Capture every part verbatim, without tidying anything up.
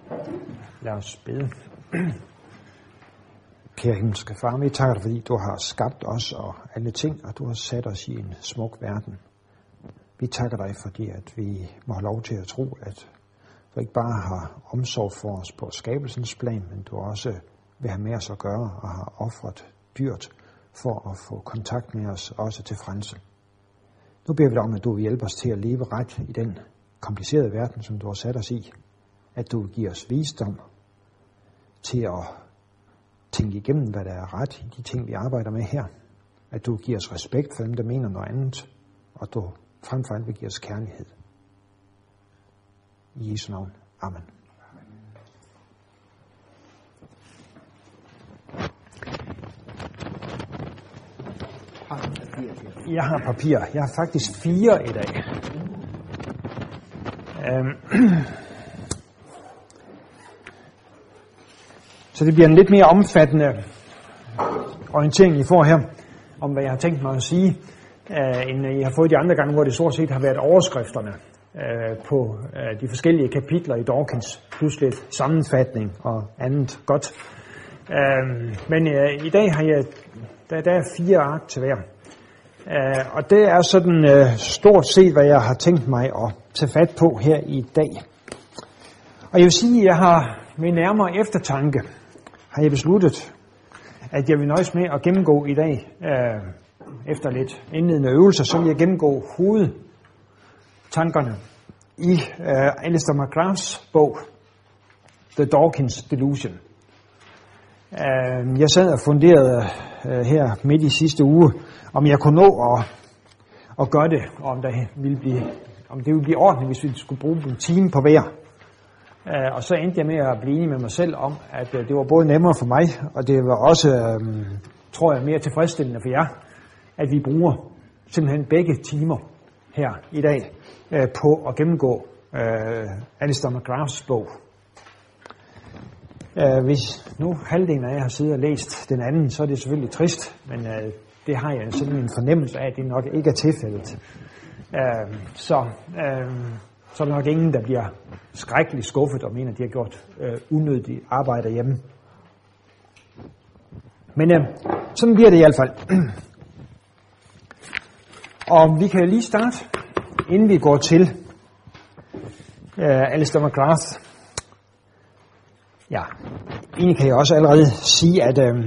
Lad os bede. Kære himmelske far, vi takker dig, fordi du har skabt os og alle ting, og du har sat os i en smuk verden. Vi takker dig, fordi at vi må have lov til at tro, at du ikke bare har omsorg for os på skabelsens plan, men du også vil have med os at gøre og har offret dyrt for at få kontakt med os, også til frelse. Nu beder vi dig om, at du vil hjælpe os til at leve ret i den komplicerede verden, som du har sat os i. At du vil give os visdom til at tænke igennem, hvad der er ret i de ting, vi arbejder med her. At du giver os respekt for dem, der mener noget andet, og du frem for alt vil give os kærlighed. I Jesu navn. Amen. Jeg har papir. Jeg har faktisk fire i dag. Um, så det bliver en lidt mere omfattende orientering, I får her, om hvad jeg har tænkt mig at sige, uh, end jeg har fået de andre gange, hvor det stort set har været overskrifterne uh, på uh, de forskellige kapitler i Dawkins, plus lidt sammenfatning og andet godt. Uh, men uh, i dag har jeg, der, der er fire ark til hver. Uh, og det er sådan uh, stort set, hvad jeg har tænkt mig at tage fat på her i dag. Og jeg vil sige, at jeg har med nærmere eftertanke, har jeg besluttet, at jeg vil nøjes med at gennemgå i dag, uh, efter lidt indledende øvelser, så vil jeg gennemgå hovedtankerne i uh, Alistair McGraths bog, The Dawkins Delusion. Uh, jeg sad og funderede uh, her midt i sidste uge, om jeg kunne nå at, at gøre det, og om, der ville blive, om det ville blive ordentligt, hvis vi skulle bruge en time på hver. Uh, og så endte jeg med at blive enig med mig selv om, at uh, det var både nemmere for mig, og det var også, um, tror jeg, mere tilfredsstillende for jer, at vi bruger simpelthen begge timer her i dag uh, på at gennemgå uh, Alistair McGraths bog. Uh, hvis nu halvdelen af jer har siddet og læst den anden, så er det selvfølgelig trist, men uh, det har jeg sådan en fornemmelse af, at det nok ikke er tilfældet. Uh, så, uh, så er der nok ingen, der bliver skrækkeligt skuffet og mener, at de har gjort uh, unødigt arbejde hjemme. Men uh, sådan bliver det i hvert fald. Og vi kan lige starte, inden vi går til uh, Alistair McGrath. Ja, egentlig kan jeg også allerede sige, at uh,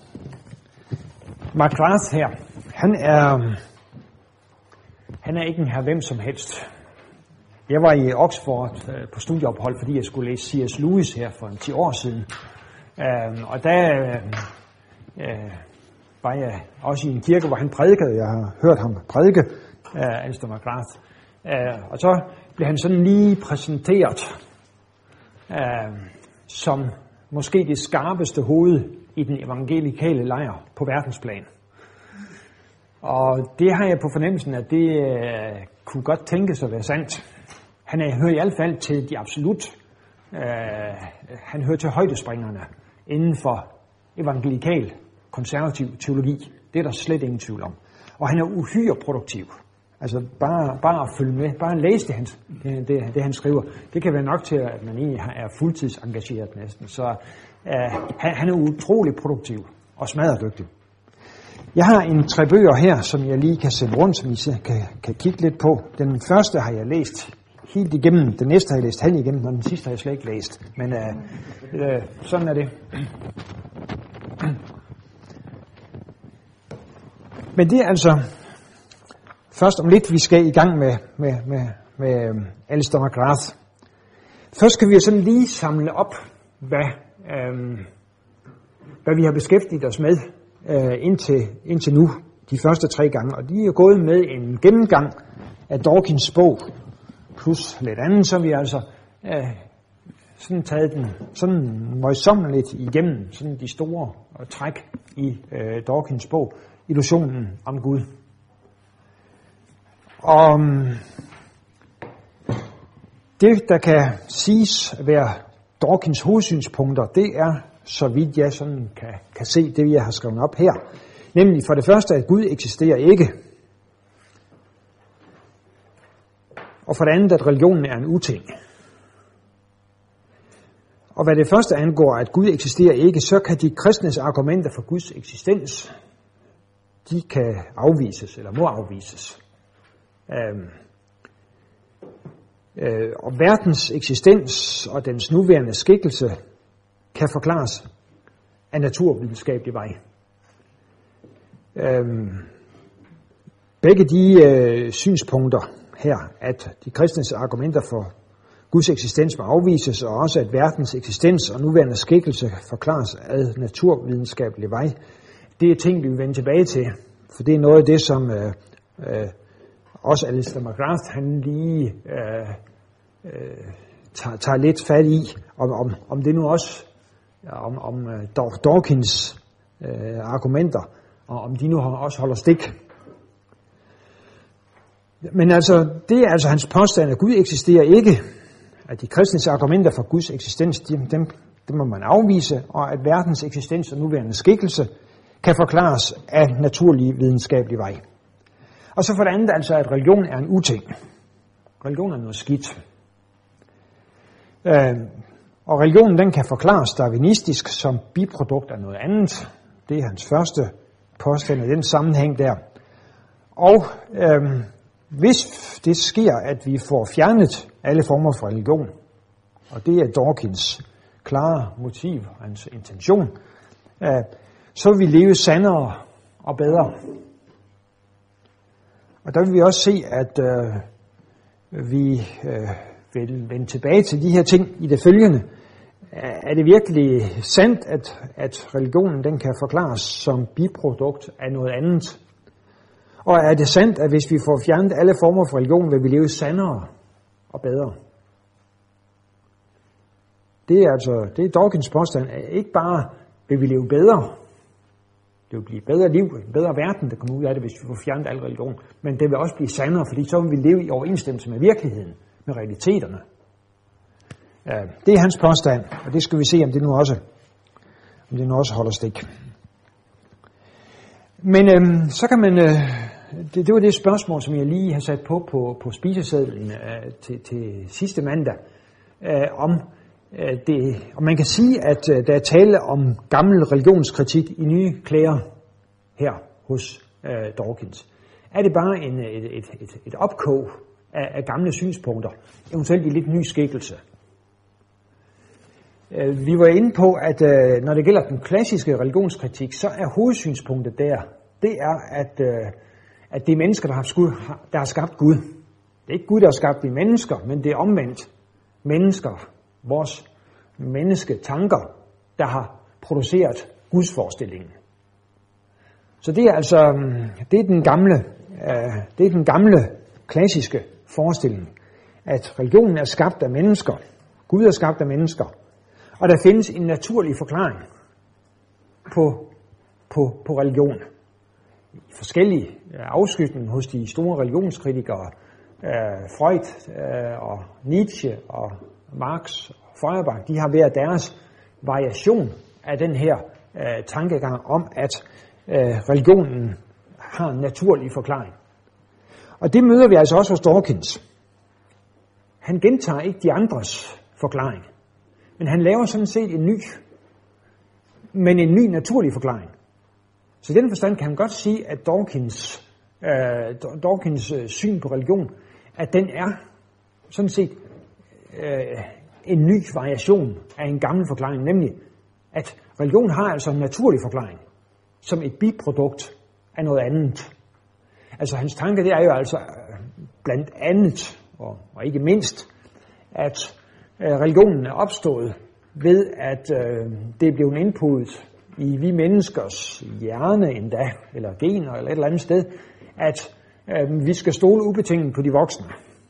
McGrath her, han er, han er ikke en her hvem som helst. Jeg var i Oxford øh, på studieophold, fordi jeg skulle læse C S Lewis her for en ti år siden. Øh, og der øh, var jeg også i en kirke, hvor han prædikede. Jeg har hørt ham prædike, øh, Alistair McGrath. Øh, og så blev han sådan lige præsenteret øh, som måske det skarpeste hoved i den evangelikale lejr på verdensplan. Og det har jeg på fornemmelsen, at det øh, kunne godt tænkes at være sandt. Han er, hører i hvert fald til de absolut, øh, han hører til højdespringerne inden for evangelikal konservativ teologi. Det er der slet ingen tvivl om. Og han er uhyre produktiv. Altså bare, bare at følge med, bare læse det han, det, det, det, han skriver, det kan være nok til, at man egentlig er fuldtidsengageret næsten. Så øh, han, han er utrolig produktiv og smadredygtig. Jeg har en tre bøger her, som jeg lige kan sende rundt, som I kan, kan kigge lidt på. Den første har jeg læst helt igennem, den næste har jeg læst halv igennem, og den sidste har jeg slet ikke læst. Men øh, øh, sådan er det. Men det er altså først om lidt, vi skal i gang med, med, med, med Alistair McGrath. Først skal vi jo sådan lige samle op, hvad, øh, hvad vi har beskæftiget os med øh, indtil, indtil nu, de første tre gange. Og de er jo gået med en gennemgang af Dawkins bog, plus lidt andet, så vi altså øh, sådan taget den sådan møjsommeligt igennem sådan de store træk i øh, Dawkins bog, Illusionen om Gud. Og det, der kan siges at være Dawkins hovedsynspunkter, det er, så vidt jeg sådan kan, kan se det, jeg har skrevet op her. Nemlig for det første, at Gud eksisterer ikke. Og for det andet, at religionen er en uting. Og hvad det første angår, at Gud eksisterer ikke, så kan de kristnes argumenter for Guds eksistens, de kan afvises, eller må afvises. Øhm, øh, og verdens eksistens og dens nuværende skikkelse kan forklares af naturvidenskabelig vej. Øhm, begge de øh, synspunkter her, at de kristnes argumenter for Guds eksistens må afvises, og også at verdens eksistens og nuværende skikkelse forklares af naturvidenskabelig vej, det er ting, vi vil vende tilbage til. For det er noget af det, som øh, øh, også Alistair McGrath, han lige øh, øh, tager, tager lidt fat i, om, om, om det nu også, om, om uh, Dawkins øh, argumenter, og om de nu også holder stik. Men altså, det er altså hans påstand, at Gud eksisterer ikke, at de kristnes argumenter for Guds eksistens, dem, dem, dem må man afvise, og at verdens eksistens og nuværende skikkelse kan forklares af naturlig videnskabelig vej. Og så for det andet altså, at religion er en uting. Religion er noget skidt. Øh, og religionen den kan forklares darwinistisk som biprodukt af noget andet. Det er hans første påstand i den sammenhæng der. Og øh, hvis det sker, at vi får fjernet alle former for religion, og det er Dawkins klare motiv og hans intention, øh, så vil vi leve sandere og bedre. Og der vil vi også se, at øh, vi øh, vil vende tilbage til de her ting i det følgende. Er det virkelig sandt, at, at religionen den kan forklares som biprodukt af noget andet? Og er det sandt, at hvis vi får fjernet alle former for religion, vil vi leve sandere og bedre? Det er altså, det er Dawkins påstand. Ikke bare vil vi leve bedre, det vil blive et bedre liv, en bedre verden, der kommer ud af det, hvis vi får fjernet al religion. Men det vil også blive sandere, fordi så vil vi leve i overensstemmelse med virkeligheden, med realiteterne. Det er hans påstand, og det skal vi se, om det nu også, om det nu også holder stik. Men øhm, så kan man, øh, det, det var det spørgsmål, som jeg lige har sat på på, på spisesedlen øh, til, til sidste mandag, øh, om øh, det, og man kan sige, at øh, der er tale om gammel religionskritik i nye klæder her hos øh, Dawkins. Er det bare en, et, et, et, et opkog af, af gamle synspunkter, eventuelt i lidt ny skikkelse? Vi var inde på, at når det gælder den klassiske religionskritik, så er hovedsynspunktet der, det er, at, at det er mennesker, der har, skud, der har skabt Gud. Det er ikke Gud, der har skabt de mennesker, men det er omvendt mennesker, vores mennesketanker, der har produceret Guds forestillingen. Så det er altså det er den gamle, det er den gamle klassiske forestilling, at religionen er skabt af mennesker, Gud er skabt af mennesker. Og der findes en naturlig forklaring på, på, på religion. Forskellige afskygninger hos de store religionskritikere, øh, Freud øh, og Nietzsche og Marx og Feuerbach, de har hver deres variation af den her øh, tankegang om, at øh, religionen har en naturlig forklaring. Og det møder vi altså også hos Dawkins. Han gentager ikke de andres forklaring. Men han laver sådan set en ny, men en ny naturlig forklaring. Så i den forstand kan han godt sige, at Dawkins, øh, Dawkins øh, syn på religion, at den er sådan set øh, en ny variation af en gammel forklaring, nemlig at religion har altså en naturlig forklaring, som et biprodukt af noget andet. Altså hans tanke, det er jo altså blandt andet, og, og ikke mindst, at religionen er opstået ved, at øh, det er blevet indputtet i vi menneskers hjerne endda, eller gener, eller et eller andet sted, at øh, vi skal stole ubetinget på de voksne.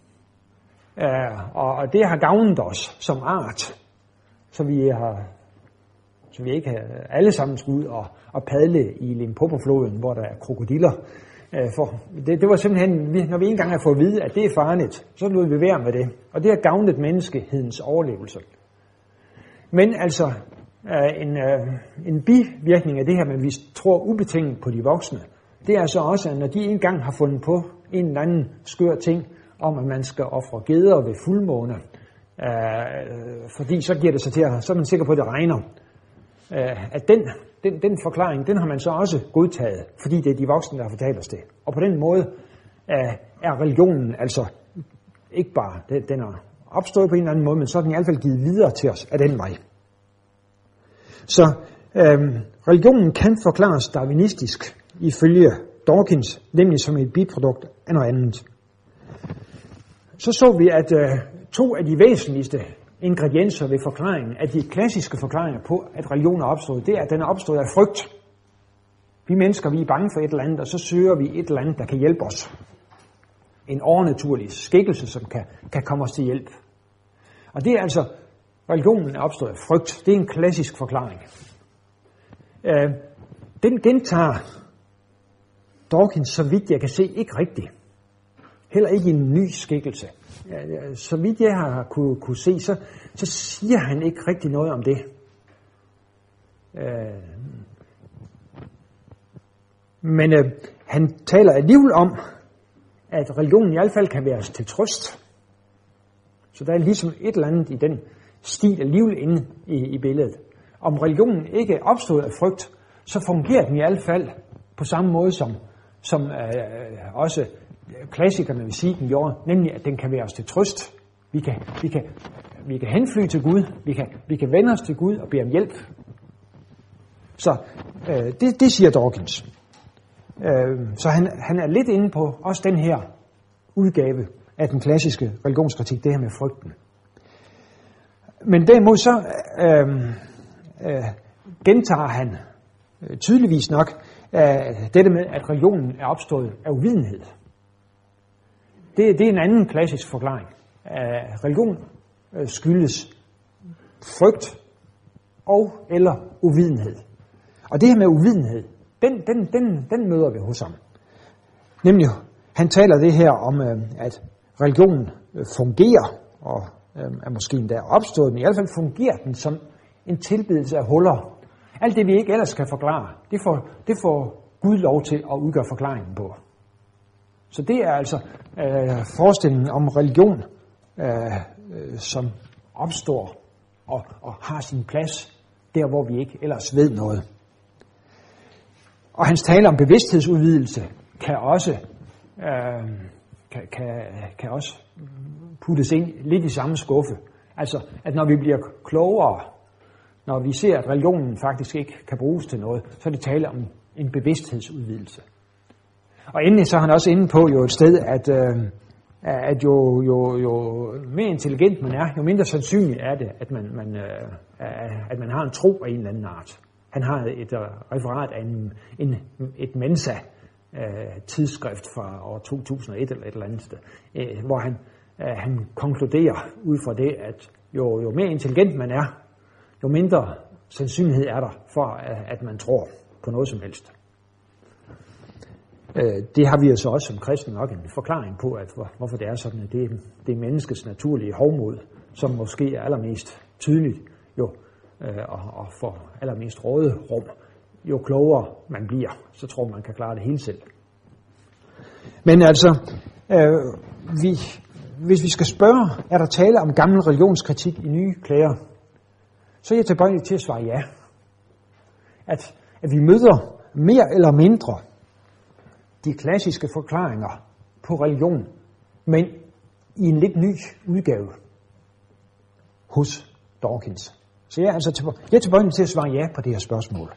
Øh, og, og det har gavnet os som art, så vi, har, så vi ikke alle sammen skal ud og, og padle i Limpopo-floden, hvor der er krokodiller. For det, det var simpelthen, når vi engang har fået at vide, at det er farligt, så lod vi være med det. Og det har gavnet menneskehedens overlevelse. Men altså, en, en bivirkning af det her, men vi tror ubetinget på de voksne, det er altså også, at når de engang har fundet på en eller anden skør ting, om at man skal ofre geder ved fuldmåne, øh, fordi så giver det sig til at, så er man sikker på, at det regner. Øh, at den, den, den forklaring, den har man så også godtaget, fordi det er de voksne, der har fortalt os det. Og på den måde øh, er religionen altså ikke bare, den, den er opstået på en eller anden måde, men så er den i hvert fald givet videre til os af den vej. Så øh, religionen kan forklares darwinistisk ifølge Dawkins, nemlig som et biprodukt af noget andet. Så så vi, at øh, to af de væsentligste ingredienser ved forklaringen, af de klassiske forklaringer på, at religion er opstået, det er, at den er opstået af frygt. Vi mennesker, vi er bange for et eller andet, og så søger vi et eller andet, der kan hjælpe os. En overnaturlig skikkelse, som kan, kan komme os til hjælp. Og det er altså, religionen er opstået af frygt. Det er en klassisk forklaring. Øh, den gentager Dawkins, så vidt jeg kan se, ikke rigtigt. Heller ikke en ny skikkelse. Så vidt jeg har kunne, kunne se, så, så siger han ikke rigtig noget om det. Øh, men øh, han taler alligevel om, at religionen i hvert fald kan være til trøst. Så der er ligesom et eller andet i den stil alligevel inde i, i billedet. Om religionen ikke er opstået af frygt, så fungerer den i hvert fald på samme måde som, som øh, også klassikerne vil sige, den gjorde, nemlig at den kan være os til trøst. Vi kan, vi kan, vi kan henfly til Gud, vi kan, vi kan vende os til Gud og bede om hjælp. Så øh, det, det siger Dawkins. Øh, så han, han er lidt inde på også den her udgave af den klassiske religionskritik, det her med frygten. Men derimod så øh, øh, gentager han øh, tydeligvis nok øh, dette med, at religionen er opstået af uvidenhed. Det, det er en anden klassisk forklaring. Uh, religion uh, skyldes frygt og eller uvidenhed. Og det her med uvidenhed, den, den, den, den møder vi hos ham. Nemlig, han taler det her om, uh, at religionen uh, fungerer, og uh, er måske endda opstået, men i hvert fald fungerer den som en tilbedelse af huller. Alt det, vi ikke ellers kan forklare, det får, det får Gud lov til at udgøre forklaringen på. Så det er altså øh, forestillingen om religion, øh, øh, som opstår og, og har sin plads der, hvor vi ikke ellers ved noget. Og hans tale om bevidsthedsudvidelse kan også, øh, kan, kan, kan også puttes ind lidt i samme skuffe. Altså, at når vi bliver klogere, når vi ser, at religionen faktisk ikke kan bruges til noget, så er det tale om en bevidsthedsudvidelse. Og endelig så er han også inde på jo et sted, at, øh, at jo, jo, jo mere intelligent man er, jo mindre sandsynligt er det, at man, man, øh, at man har en tro af en eller anden art. Han har et uh, referat af en, en, et Mensa-tidsskrift uh, fra år to tusind og et eller et eller andet sted, uh, hvor han, uh, han konkluderer ud fra det, at jo, jo mere intelligent man er, jo mindre sandsynlighed er der for, uh, at man tror på noget som helst. Det har vi altså også som kristne nok en forklaring på, at hvor, hvorfor det er sådan, at det, det er menneskets naturlige hovmod, som måske er allermest tydeligt, jo, øh, og, og for allermest råderum, jo klogere man bliver, så tror man, man kan klare det hele selv. Men altså, øh, vi, hvis vi skal spørge, er der tale om gammel religionskritik i nye klæder, så er jeg tilbøjelig til at svare ja. At, at vi møder mere eller mindre de klassiske forklaringer på religion, men i en lidt ny udgave hos Dawkins. Så jeg er altså tilbøjelig, jeg er tilbøjelig til at svare ja på det her spørgsmål.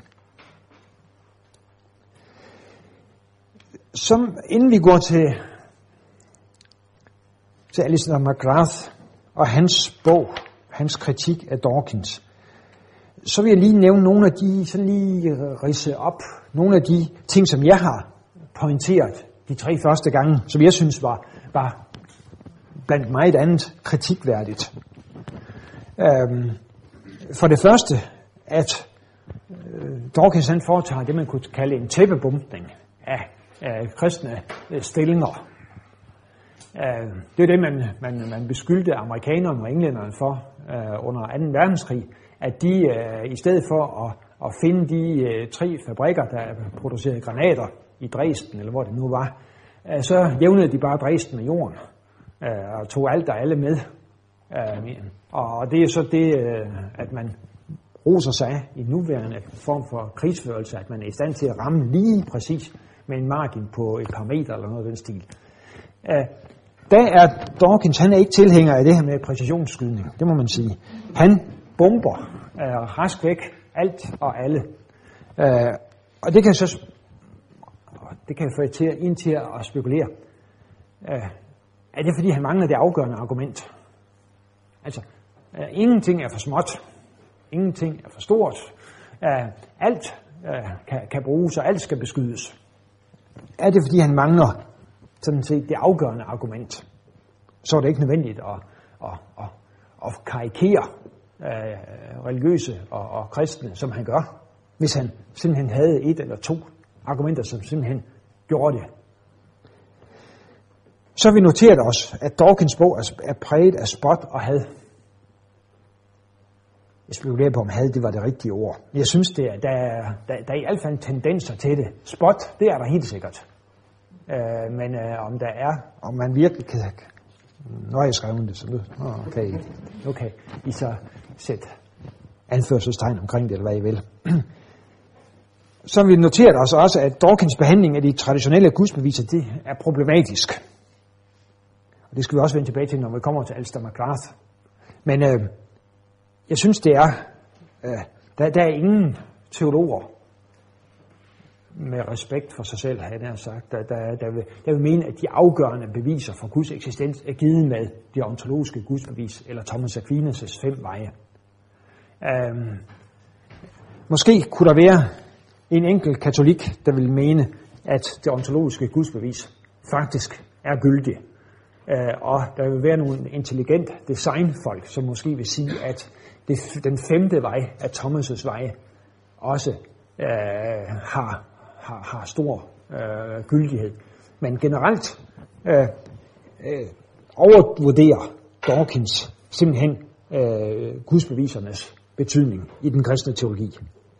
Som inden vi går til, til Alistair McGrath og hans bog, hans kritik af Dawkins, så vil jeg lige nævne nogle af de, så lige ridse op, nogle af de ting, som jeg har pointeret de tre første gange, som jeg synes var, var blandt meget andet kritikværdigt. Øhm, for det første, at øh, Dawkins han foretager det, man kunne kalde en tæppebumpning af, af kristne stillinger. Øh, det er det, man, man, man beskyldte amerikanerne og englænderne for øh, under anden verdenskrig, at de øh, i stedet for at, at finde de øh, tre fabrikker, der producerede granater i Dresden, eller hvor det nu var, så jævnede de bare Dresden med jorden, og tog alt og alle med, Øh, og det er så det, øh, at man roser sig af i nuværende form for krigsførelse, at man er i stand til at ramme lige præcis med en margin på et par meter eller noget af den stil. Øh, der er Dawkins, han er ikke tilhænger af det her med præcisionsskydning, det må man sige. Han bomber øh, rask væk alt og alle. Øh, og det kan så det kan få til ind til at spekulere. Øh, er det fordi han mangler det afgørende argument? Altså, øh, ingenting er for småt, ingenting er for stort, øh, alt øh, kan, kan bruges, og alt skal beskydes. Er det fordi han mangler sådan set det afgørende argument? Så er det ikke nødvendigt at, at, at, at karikere øh, religiøse og, og kristne, som han gør, hvis han simpelthen havde et eller to argumenter, som simpelthen gjorde det. Så har vi noteret os, at Dawkins bog er præget af spot og had. Jeg spekulerer på, om had det var det rigtige ord. Jeg synes, det er, der, er, der, der er i hvert fald tendenser til det. Spot, det er der helt sikkert. Øh, men øh, om der er, om man virkelig kan... Nu har jeg skrevet det, så nu okay. Okay, I så sæt anførselstegn omkring det, eller hvad I vil. Så har vi noteret os også, at Dawkins behandling af de traditionelle gudsbeviser, det er problematisk. Og det skal vi også vende tilbage til, når vi kommer til Alistair McGrath. Men øh, jeg synes, det er, øh, der, der er ingen teologer med respekt for sig selv, har jeg sagt, der, der, der, vil, der vil mene, at de afgørende beviser for Guds eksistens er givet med de ontologiske gudsbevis, eller Thomas Aquinas' fem veje. Øh, måske kunne der være en enkelt katolik, der vil mene, at det ontologiske gudsbevis faktisk er gyldigt. Uh, og der vil være nogle intelligent designfolk, som måske vil sige, at det, den femte vej af Thomas' vej også uh, har, har, har stor uh, gyldighed. Men generelt uh, uh, overvurderer Dawkins simpelthen uh, gudsbevisernes betydning i den kristne teologi.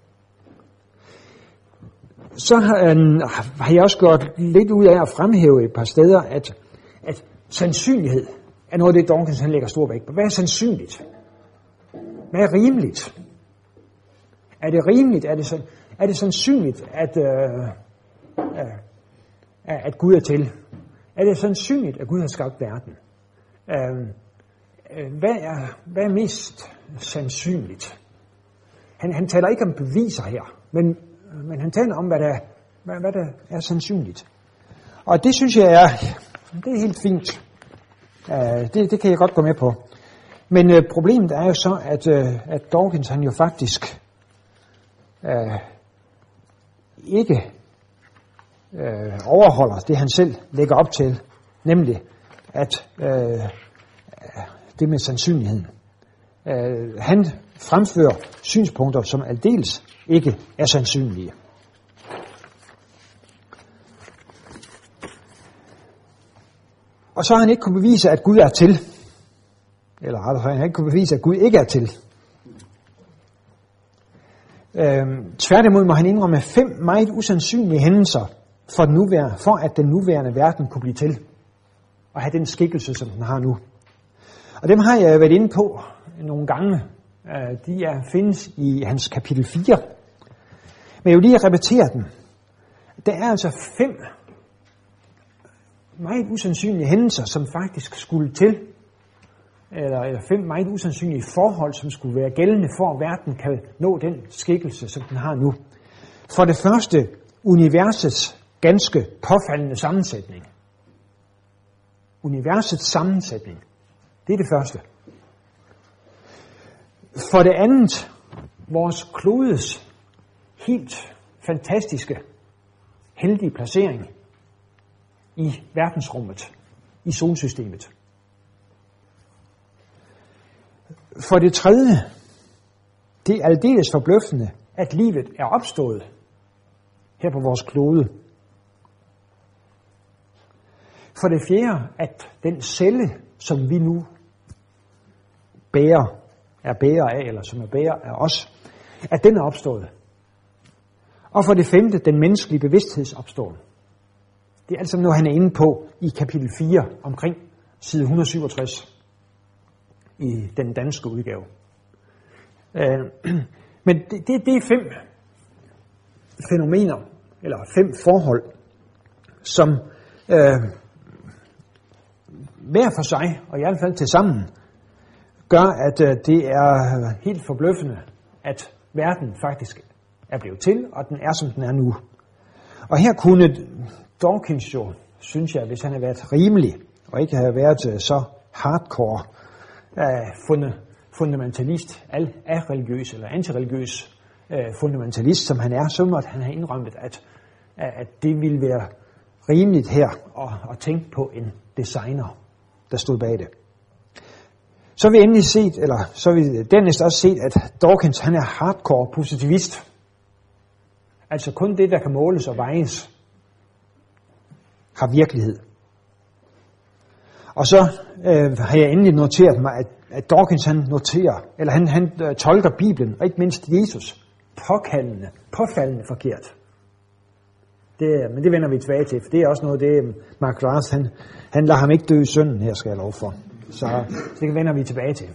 Så har, uh, har jeg også gjort lidt ud af at fremhæve et par steder, at, at sandsynlighed er noget af det, Dawkins han lægger stor vægt på. Hvad er sandsynligt? Hvad er rimeligt? Er det rimeligt? Er det, er det sandsynligt, at, øh, øh, at Gud er til? Er det sandsynligt, at Gud har skabt verden? Øh, hvad, er, hvad er mest sandsynligt? Han, han taler ikke om beviser her, men, men han taler om, hvad der, hvad, hvad der er sandsynligt. Og det synes jeg er... Det er helt fint. Uh, det, det kan jeg godt gå med på. Men uh, problemet er jo så, at, uh, at Dawkins han jo faktisk uh, ikke uh, overholder det, han selv lægger op til, nemlig at uh, det med sandsynligheden. Uh, han fremfører synspunkter, som aldeles ikke er sandsynlige. Og så har han ikke kunne bevise, at Gud er til. Eller rettere, han har ikke kunne bevise, at Gud ikke er til. Øhm, tværtimod må han indrømme fem meget usandsynlige hændelser for, den nuværende, for at den nuværende verden kunne blive til. Og have den skikkelse, som den har nu. Og dem har jeg været inde på nogle gange. Øh, de er, findes i hans kapitel fire. Men jeg vil lige repetere dem. Der er altså fem meget usandsynlige hændelser, som faktisk skulle til, eller, eller fem meget usandsynlige forhold, som skulle være gældende for, at verden kan nå den skikkelse, som den har nu. For det første, universets ganske påfaldende sammensætning. Universets sammensætning. Det er det første. For det andet, vores klodes helt fantastiske, heldige placering i verdensrummet, i solsystemet. For det tredje, det er aldeles forbløffende, at livet er opstået her på vores klode. For det fjerde, at den celle, som vi nu bærer, er bærer af, eller som er bærer af os, at den er opstået. Og for det femte, den menneskelige bevidsthedsopståen. Det er altså noget, han er inde på i kapitel fire, omkring side et hundrede syvogtres. i den danske udgave. Øh, men det, det, det er fem fænomener, eller fem forhold, som øh, hver for sig, og i hvert fald til sammen, gør, at øh, det er helt forbløffende, at verden faktisk er blevet til, og den er, som den er nu. Og her kunne Dawkins jo, synes jeg, hvis han havde været rimelig, og ikke havde været øh, så hardcore øh, fundet, fundamentalist, al, religiøs eller antireligiøs øh, fundamentalist, som han er, så måtte han have indrømmet, at, at det ville være rimeligt her at, at tænke på en designer, der stod bag det. Så har vi endelig set, eller så har vi dernæst også set, at Dawkins han er hardcore positivist. Altså kun det, der kan måles og vejes, har virkelighed. Og så øh, har jeg endelig noteret mig, at, at Dawkins han noterer, eller han, han øh, tolker Bibelen, og ikke mindst Jesus, påkaldende, påfaldende forkert. Det, men det vender vi tilbage til, for det er også noget, det Mark Rath, han, han lader ham ikke dø i synden, her skal jeg lov for. Så, så det vender vi tilbage til.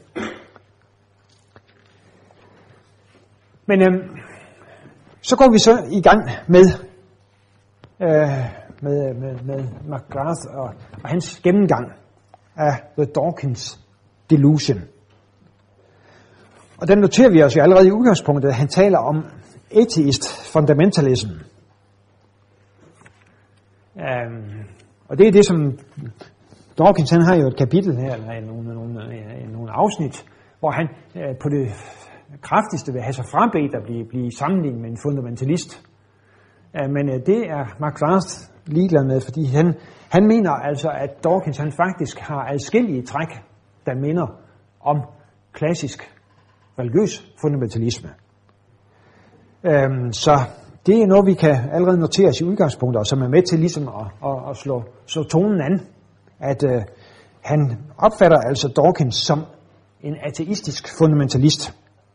Men øhm, så går vi så i gang med, øh, med, med, med McGrath og, og hans gennemgang af The Dawkins Delusion. Og den noterer vi os jo allerede i udgangspunktet, at han taler om atheist fundamentalism. Um, og det er det, som Dawkins han har jo et kapitel her, eller nogle, nogle, nogle afsnit, hvor han uh, på det kraftigste vil have sig frabedt at blive, blive sammenlignet med en fundamentalist. Uh, men uh, det er McGrath ligeglad med, fordi han, han mener altså, at Dawkins han faktisk har adskillige træk, der minder om klassisk religiøs fundamentalisme. Uh, så det er noget, vi kan allerede notere os i udgangspunkter, som er med til ligesom at, at, at slå, slå tonen an, at uh, han opfatter altså Dawkins som en ateistisk fundamentalist.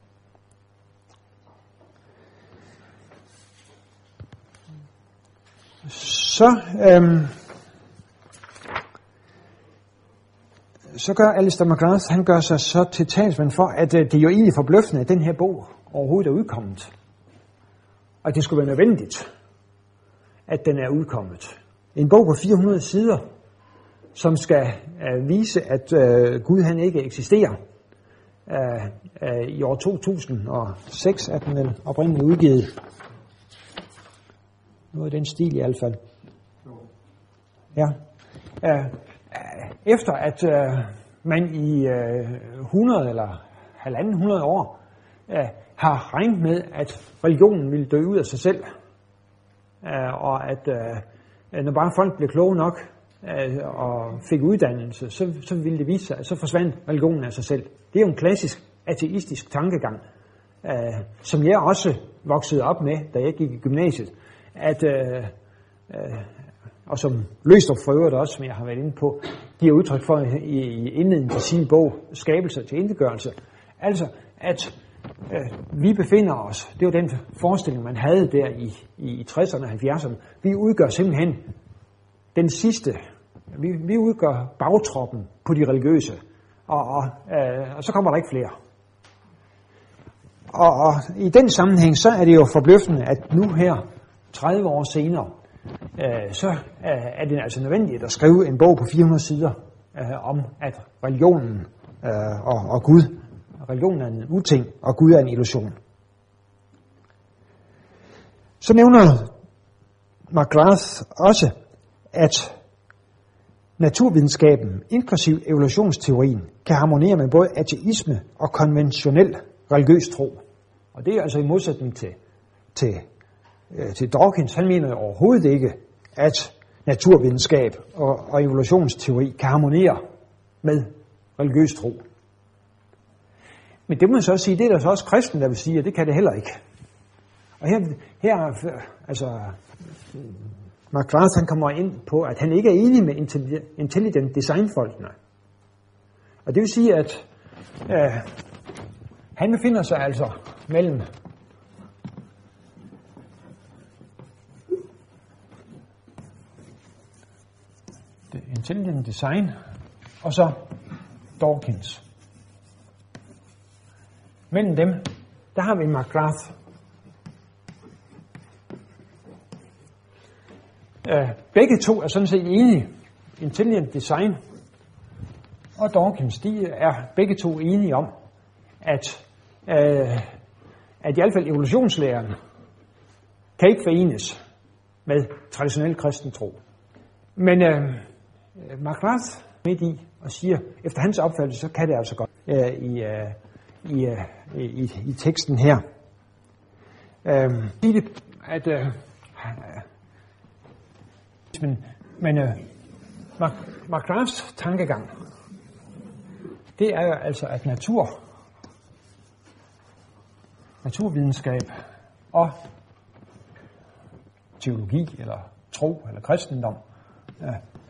Så, øhm, så gør Alistair McGrath, han gør sig så til talsmand for, at uh, det er jo egentlig forbløffende, at den her bog overhovedet er udkommet. Og det skulle være nødvendigt, at den er udkommet. En bog på fire hundrede sider, som skal uh, vise, at uh, Gud han ikke eksisterer. Uh, uh, I år to tusind og seks er den vel oprindeligt udgivet. Noget i den stil i hvert fald. Ja. Uh, efter at uh, man i uh, hundrede eller halvanden hundrede år uh, har regnet med, at religionen ville dø ud af sig selv, uh, og at uh, når bare folk blev kloge nok uh, og fik uddannelse, så, så ville det vise sig, at så forsvandt religionen af sig selv. Det er jo en klassisk ateistisk tankegang, uh, som jeg også voksede op med, da jeg gik i gymnasiet, at, uh, uh, og som Løgstrup for øvrigt også, som jeg har været inde på, giver udtryk for i, i indledningen til sin bog, Skabelse til Intetgørelse, altså at øh, vi befinder os, det var den forestilling, man havde der i, i tresserne og halvfjerdserne, vi udgør simpelthen den sidste, vi, vi udgør bagtroppen på de religiøse, og, og, øh, og så kommer der ikke flere. Og, og i den sammenhæng, så er det jo forbløffende, at nu her, tredive år senere, øh, så øh, er det altså nødvendigt at skrive en bog på fire hundrede sider øh, om, at religionen øh, og, og Gud, religionen er en uting, og Gud er en illusion. Så nævner McGrath også, at naturvidenskaben, inklusiv evolutionsteorien, kan harmonere med både ateisme og konventionel religiøs tro. Og det er altså i modsætning til, til, øh, til Dawkins. Han mener overhovedet ikke, at naturvidenskab og, og evolutionsteori kan harmonere med religiøs tro. Men det må man så også sige, det er der så også kristen, der vil sige, at det kan det heller ikke. Og her, her altså, McGrath han kommer ind på, at han ikke er enig med intelligent designfolkene. Og det vil sige, at øh, han befinder sig altså mellem intelligent design og så Dawkins. mellem dem, der har vi McGrath. Uh, begge to er sådan set enige. Intelligent design og Dawkins, de er begge to enige om, at, uh, at i hvert fald evolutionslæren kan ikke forenes med traditionel kristen tro. Men uh, McGrath midt i og siger, efter hans opfattelse, så kan det altså godt uh, i, uh, i, uh, i, i teksten her. Uh, det, at uh, men, men uh, McGraths tankegang, det er jo altså, at natur, naturvidenskab og teologi, eller tro, eller kristendom, uh,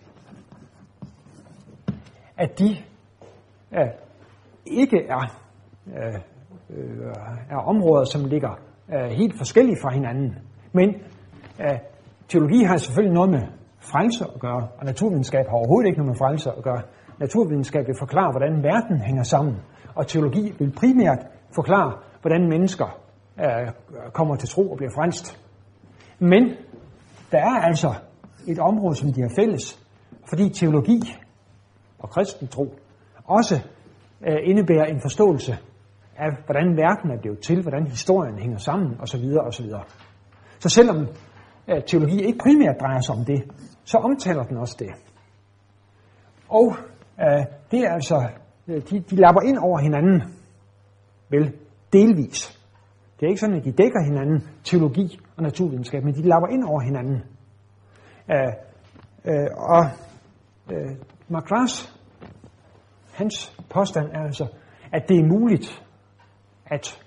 at de uh, ikke er, uh, uh, er områder, som ligger uh, helt forskellige fra hinanden. Men uh, teologi har selvfølgelig noget med frelse at gøre, og naturvidenskab har overhovedet ikke noget med frelse at gøre. Naturvidenskab vil forklare, hvordan verden hænger sammen, og teologi vil primært forklare, hvordan mennesker uh, kommer til tro og bliver frelst. Men der er altså et område, som de har fælles, fordi teologi og kristen tro også øh, indebærer en forståelse af, hvordan verden er blevet til, hvordan historien hænger sammen, osv. osv. Så selvom øh, teologi ikke primært drejer sig om det, så omtaler den også det. Og øh, det er altså, de, de lapper ind over hinanden, vel, delvis. Det er ikke sådan, at de dækker hinanden, teologi og naturvidenskab, men de lapper ind over hinanden. Øh, øh, og øh, McGrath, hans påstand er altså, at det er muligt, at,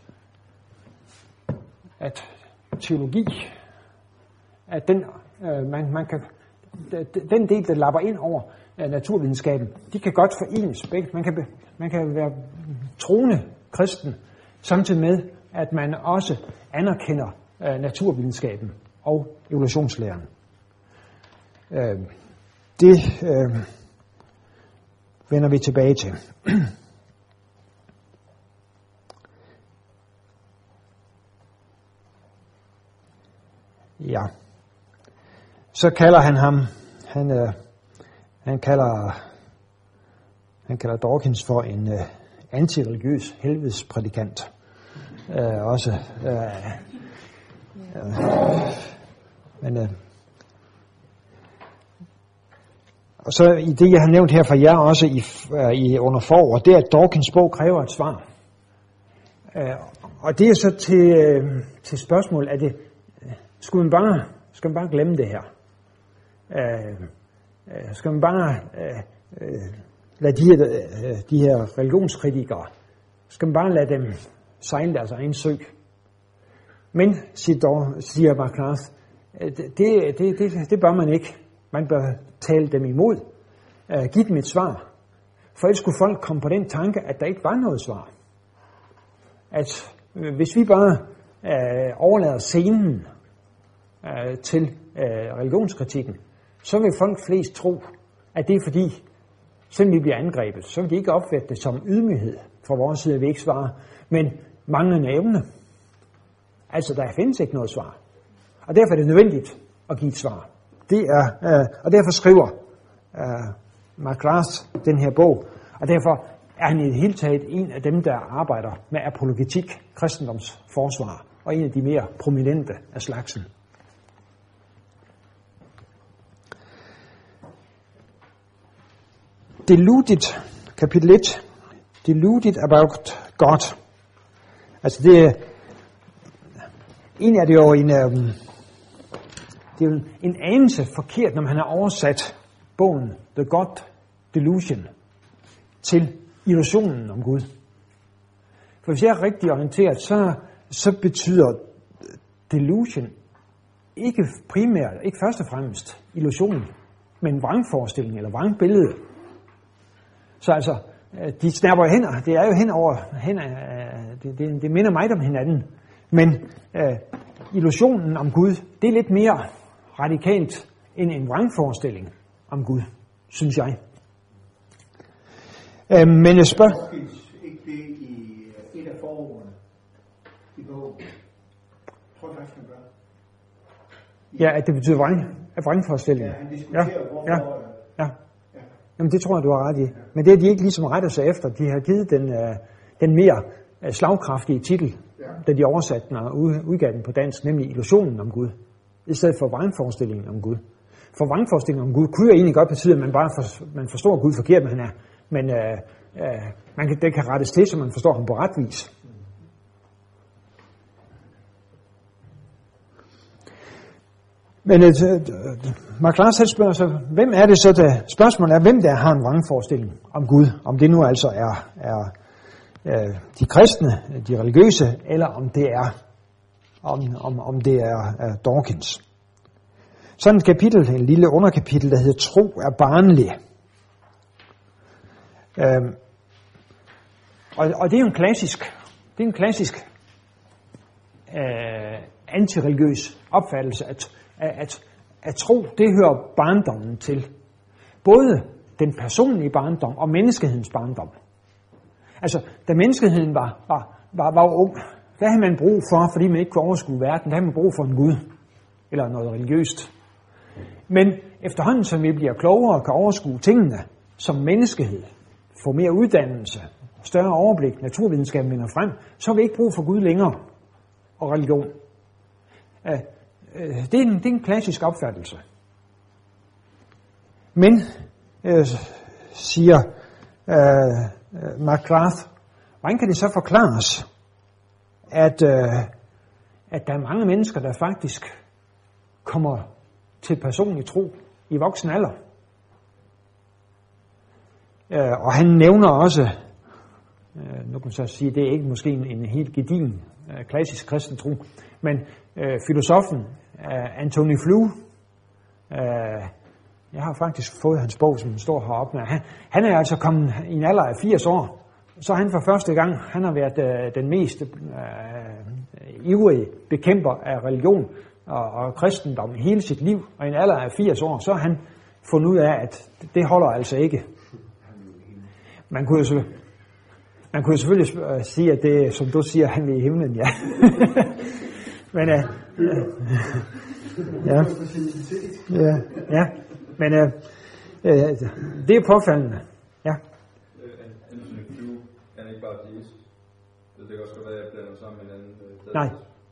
at teologi, at den, øh, man, man kan, den del, der lapper ind over øh, naturvidenskaben, de kan godt forenes. Man kan, man kan være troende kristen, samtidig med, at man også anerkender øh, naturvidenskaben og evolutionslæren. Øh, det øh, vender vi tilbage til. Ja. Så kalder han ham, han, øh, han kalder han kalder Dawkins for en øh, antireligiøs helvedesprædikant. Øh, også øh, øh, men øh, og så i det, jeg har nævnt her for jer også i, øh, i under forår, det er, at Dawkins bog kræver et svar. Øh, og det er så til, øh, til spørgsmål, er det, skulle man bare, skal man bare glemme det her? Øh, øh, skal man bare øh, øh, lade de her, øh, de her religionskritikere, skal man bare lade dem sejle deres egen sø? Men, siger, dog, siger McGrath, det, det, det, det bør man ikke. Man bør tale dem imod, uh, give dem et svar. For ellers skulle folk komme på den tanke, at der ikke var noget svar. At uh, hvis vi bare uh, overlader scenen uh, til uh, religionskritikken, så vil folk flest tro, at det er fordi, selvom vi bliver angrebet, så vil de ikke opfatte det som ydmyghed fra vores side, at vi ikke svarer, men manglende evne. Altså, der findes ikke noget svar. Og derfor er det nødvendigt at give et svar. Det er, øh, og derfor skriver øh, McGrath den her bog, og derfor er han i det hele taget en af dem, der arbejder med apologetik, kristendomsforsvar, og en af de mere prominente af slagsen. Deluded, kapitel et, deluded about God. Altså det, egentlig er det jo en, um, det er jo en anelse forkert, når man har oversat bogen The God Delusion til illusionen om Gud. For hvis jeg er rigtig orienteret, så, så betyder delusion ikke primært, ikke først og fremmest illusion, men vrangforestilling eller vrangbillede. Så altså, de snapper jo hen, det er jo hen over, hen, det, det, det minder meget om hinanden. Men øh, illusionen om Gud, det er lidt mere radikalt end en vrangforestilling om Gud, synes jeg. Øh, men jeg spørger... Ikke det i et af forordene, i bogen. Tror jeg faktisk, han gør. Ja, at det betyder vrang, vrangforestilling. Ja, han diskuterer, ja. hvorfor... Ja. Ja. Ja. Jamen, det tror jeg, du har ret i. Ja. Men det er de ikke ligesom rettet sig efter. De har givet den, uh, den mere uh, slagkraftige titel, ja. da de oversatte den og udgav den på dansk, nemlig Illusionen om Gud, i stedet for vrangforestillingen om Gud. For vrangforestillingen om Gud kunne jo egentlig godt betyde, at man bare for, man forstår Gud forkert, men han er. Men uh, uh, man kan, det kan rettes til, så man forstår ham på ret vis. Men uh, McLaren selv spørger sig, hvem er det så, der, spørgsmålet er, hvem der har en vrangforestilling om Gud, om det nu altså er, er uh, de kristne, de religiøse, eller om det er, om, om, om det er uh, Dawkins. Sådan et kapitel, en lille underkapitel, der hedder Tro er barnlig. Uh, og, og det er jo en klassisk, det er en klassisk uh, antireligiøs opfattelse, at At, at tro, det hører barndommen til. Både den personlige barndom og menneskehedens barndom. Altså, da menneskeheden var, var, var, var ung, hvad havde man brug for, fordi man ikke kunne overskue verden? Der havde man brug for en Gud, eller noget religiøst. Men efterhånden, som vi bliver klogere og kan overskue tingene som menneskehed, får mere uddannelse, større overblik, naturvidenskaben vinder frem, så har vi ikke brug for Gud længere og religion. Det er, en, det er en klassisk opfattelse. Men, øh, siger øh, McGrath, hvordan kan det så forklares, at, øh, at der er mange mennesker, der faktisk kommer til personlig tro i voksen alder? Øh, og han nævner også, øh, nu kan man så sige, det er ikke måske en, en helt gedigen øh, klassisk kristen tro, men øh, filosofen Uh, Antony Flew, uh, jeg har faktisk fået hans bog, som står heroppe. Han, han er altså kommet i en alder af firs år, så han for første gang, han har været uh, den mest uh, ivrige bekæmper af religion og, og kristendom i hele sit liv, og i en alder af firs år, så har han fundet ud af, at det holder altså ikke. Man kunne jo, man kunne jo selvfølgelig sige, at det, som du siger, han vil i himlen, ja. Men uh, ja, ja, ja, men uh, uh, det er påfaldende, ja. Antony Flew er ikke bare ateist. Det kan også være, at jeg blander sammen med en anden. Nej.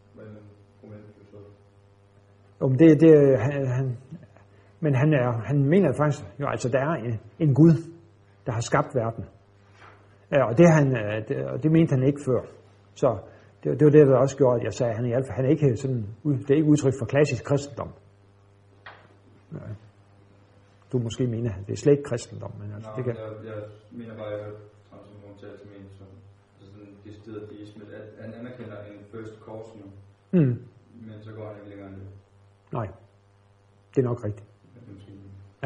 Men det, det, han, han, men han er, han mener faktisk, jo altså der er en, en Gud, der har skabt verden, ja, og det han, det, og det mente han ikke før, så. Det, det var det, der også gjorde, at jeg sagde, at han, i hvert fald, han er ikke sådan, det er ikke udtryk for klassisk kristendom. Nej. Du måske mener, at det er slet ikke kristendom. Men altså, Nå, det kan... jeg, jeg mener bare, at jeg har sådan tale til min, som sådan en decideret deisme, at han anerkender en first cause nu, mm. men så går han ikke længere end det. Nej, det er nok rigtigt. Ja.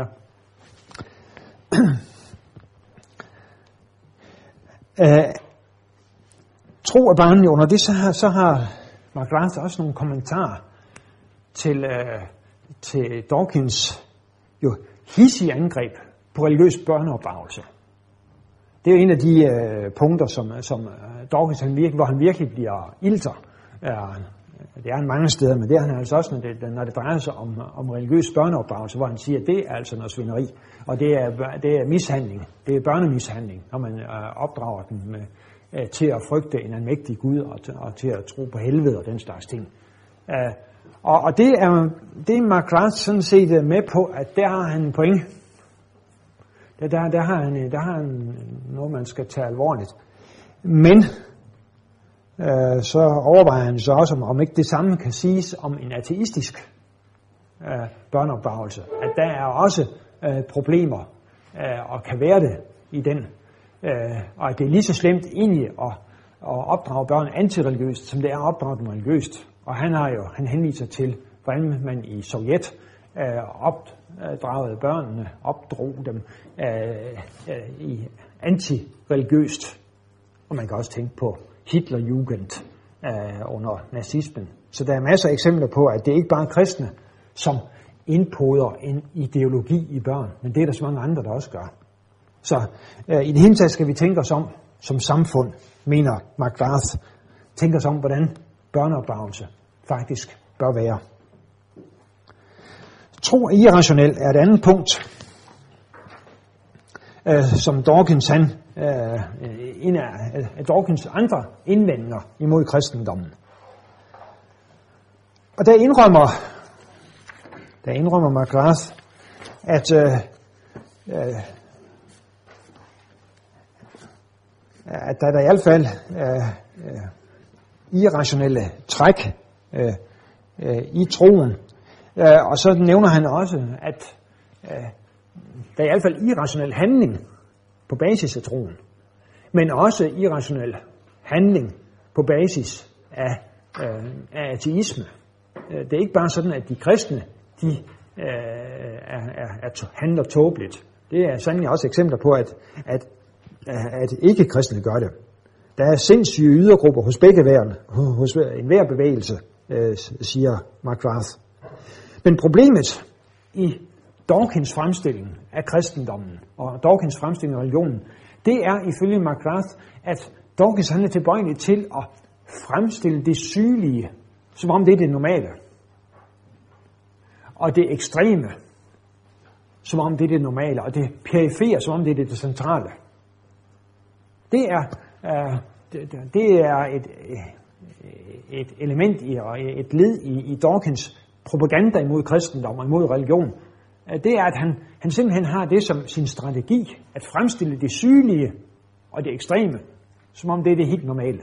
uh, Tro er barnlig. Under det, så har, så har McGrath også nogle kommentarer til, øh, til Dawkins jo hidsige angreb på religiøs børneopdragelse. Det er jo en af de øh, punkter, som, som Dawkins, han virkelig, hvor han virkelig bliver ilter. Øh, det er han mange steder, men det er han altså også, når det, når det drejer sig om, om religiøs børneopdragelse, hvor han siger, at det er altså noget svineri, og det er, det er mishandling, det er børnemishandling, når man øh, opdrager dem med til at frygte en almægtig Gud og til, og til at tro på helvede og den slags ting. Uh, og, og det er det er McGrath sådan set med på, at der har han en point. Der, der, der, har han, der har han noget, man skal tage alvorligt. Men uh, så overvejer han så også, om, om ikke det samme kan siges om en ateistisk uh, børneopdragelse. At der er også uh, problemer, uh, og kan være det i den. Uh, og at det er lige så slemt egentlig at, at opdrage børn antireligiøst, som det er at opdrage dem religiøst. Og han har jo, han henviser til, hvordan man i Sovjet uh, opdragede børnene, opdrog dem uh, uh, i antireligiøst. Og man kan også tænke på Hitlerjugend uh, under nazismen. Så der er masser af eksempler på, at det ikke bare er kristne, som indpoder en ideologi i børn, men det er der så mange andre, der også gør. Så øh, i det hele taget skal vi tænke os om, som samfund, mener McGrath, tænke os om, hvordan børneopdragelse faktisk bør være. Tro er irrationel er et andet punkt, øh, som Dawkins, han, øh, en af, af Dawkins andre indvendinger imod kristendommen. Og der indrømmer, der indrømmer McGrath, at, øh, øh, at der er der i hvert fald øh, øh, irrationelle træk øh, øh, i troen. Øh, og så nævner han også, at øh, der er i hvert fald irrationel handling på basis af troen, men også irrationel handling på basis af, øh, af ateisme. Det er ikke bare sådan, at de kristne, de øh, er, er, er, handler tåbeligt. Det er sandelig også eksempler på, at, at, at ikke-kristne gør det. Der er sindssyge ydergrupper hos begge værende, hos enhver bevægelse, øh, siger McGrath. Men problemet i Dawkins fremstilling af kristendommen og Dawkins fremstilling af religionen, det er ifølge McGrath, at Dawkins han er tilbøjelig til at fremstille det sygelige, som om det er det normale, og det ekstreme, som om det er det normale, og det perifere, som om det er det centrale. Det er, uh, det, det er et, et element i, og et led i, i Dawkins propaganda imod kristendom og imod religion. Det er, at han, han simpelthen har det som sin strategi, at fremstille det sygelige og det ekstreme, som om det er det helt normale.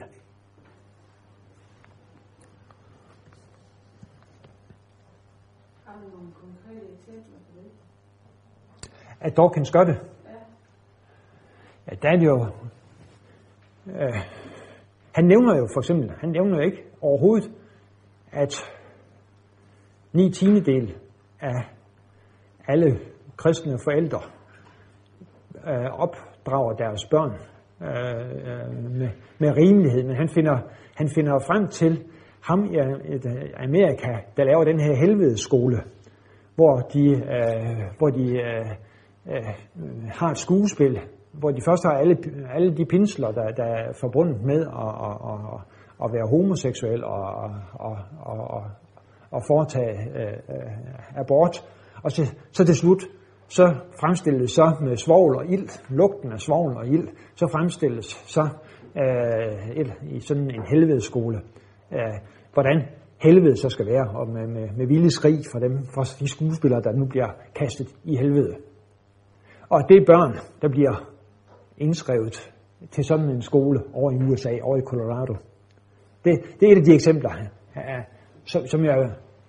At Dawkins gør det. Ja, der er det jo... Øh, han nævner jo for eksempel, han nævner jo ikke overhovedet, at ni tiendedel af alle kristne forældre øh, opdrager deres børn øh, med, med rimelighed, men han finder, han finder frem til ham i Amerika, der laver den her helvedeskole, hvor de, øh, hvor de øh, øh, har et skuespil, hvor de først har alle, alle de pinsler, der, der er forbundet med at, at, at, at være homoseksuel og, og, og, og, og foretage øh, abort. Og så, så til slut, så fremstilles så med svovl og ild, lugten af svovl og ild, så fremstilles så øh, et, i sådan en helvedeskole, øh, hvordan helvede så skal være, og med, med, med vilde skrig for dem, for de skuespillere, der nu bliver kastet i helvede. Og det er børn, der bliver indskrevet til sådan en skole over i U S A, over i Colorado. Det, det er et af de eksempler, som, som jeg...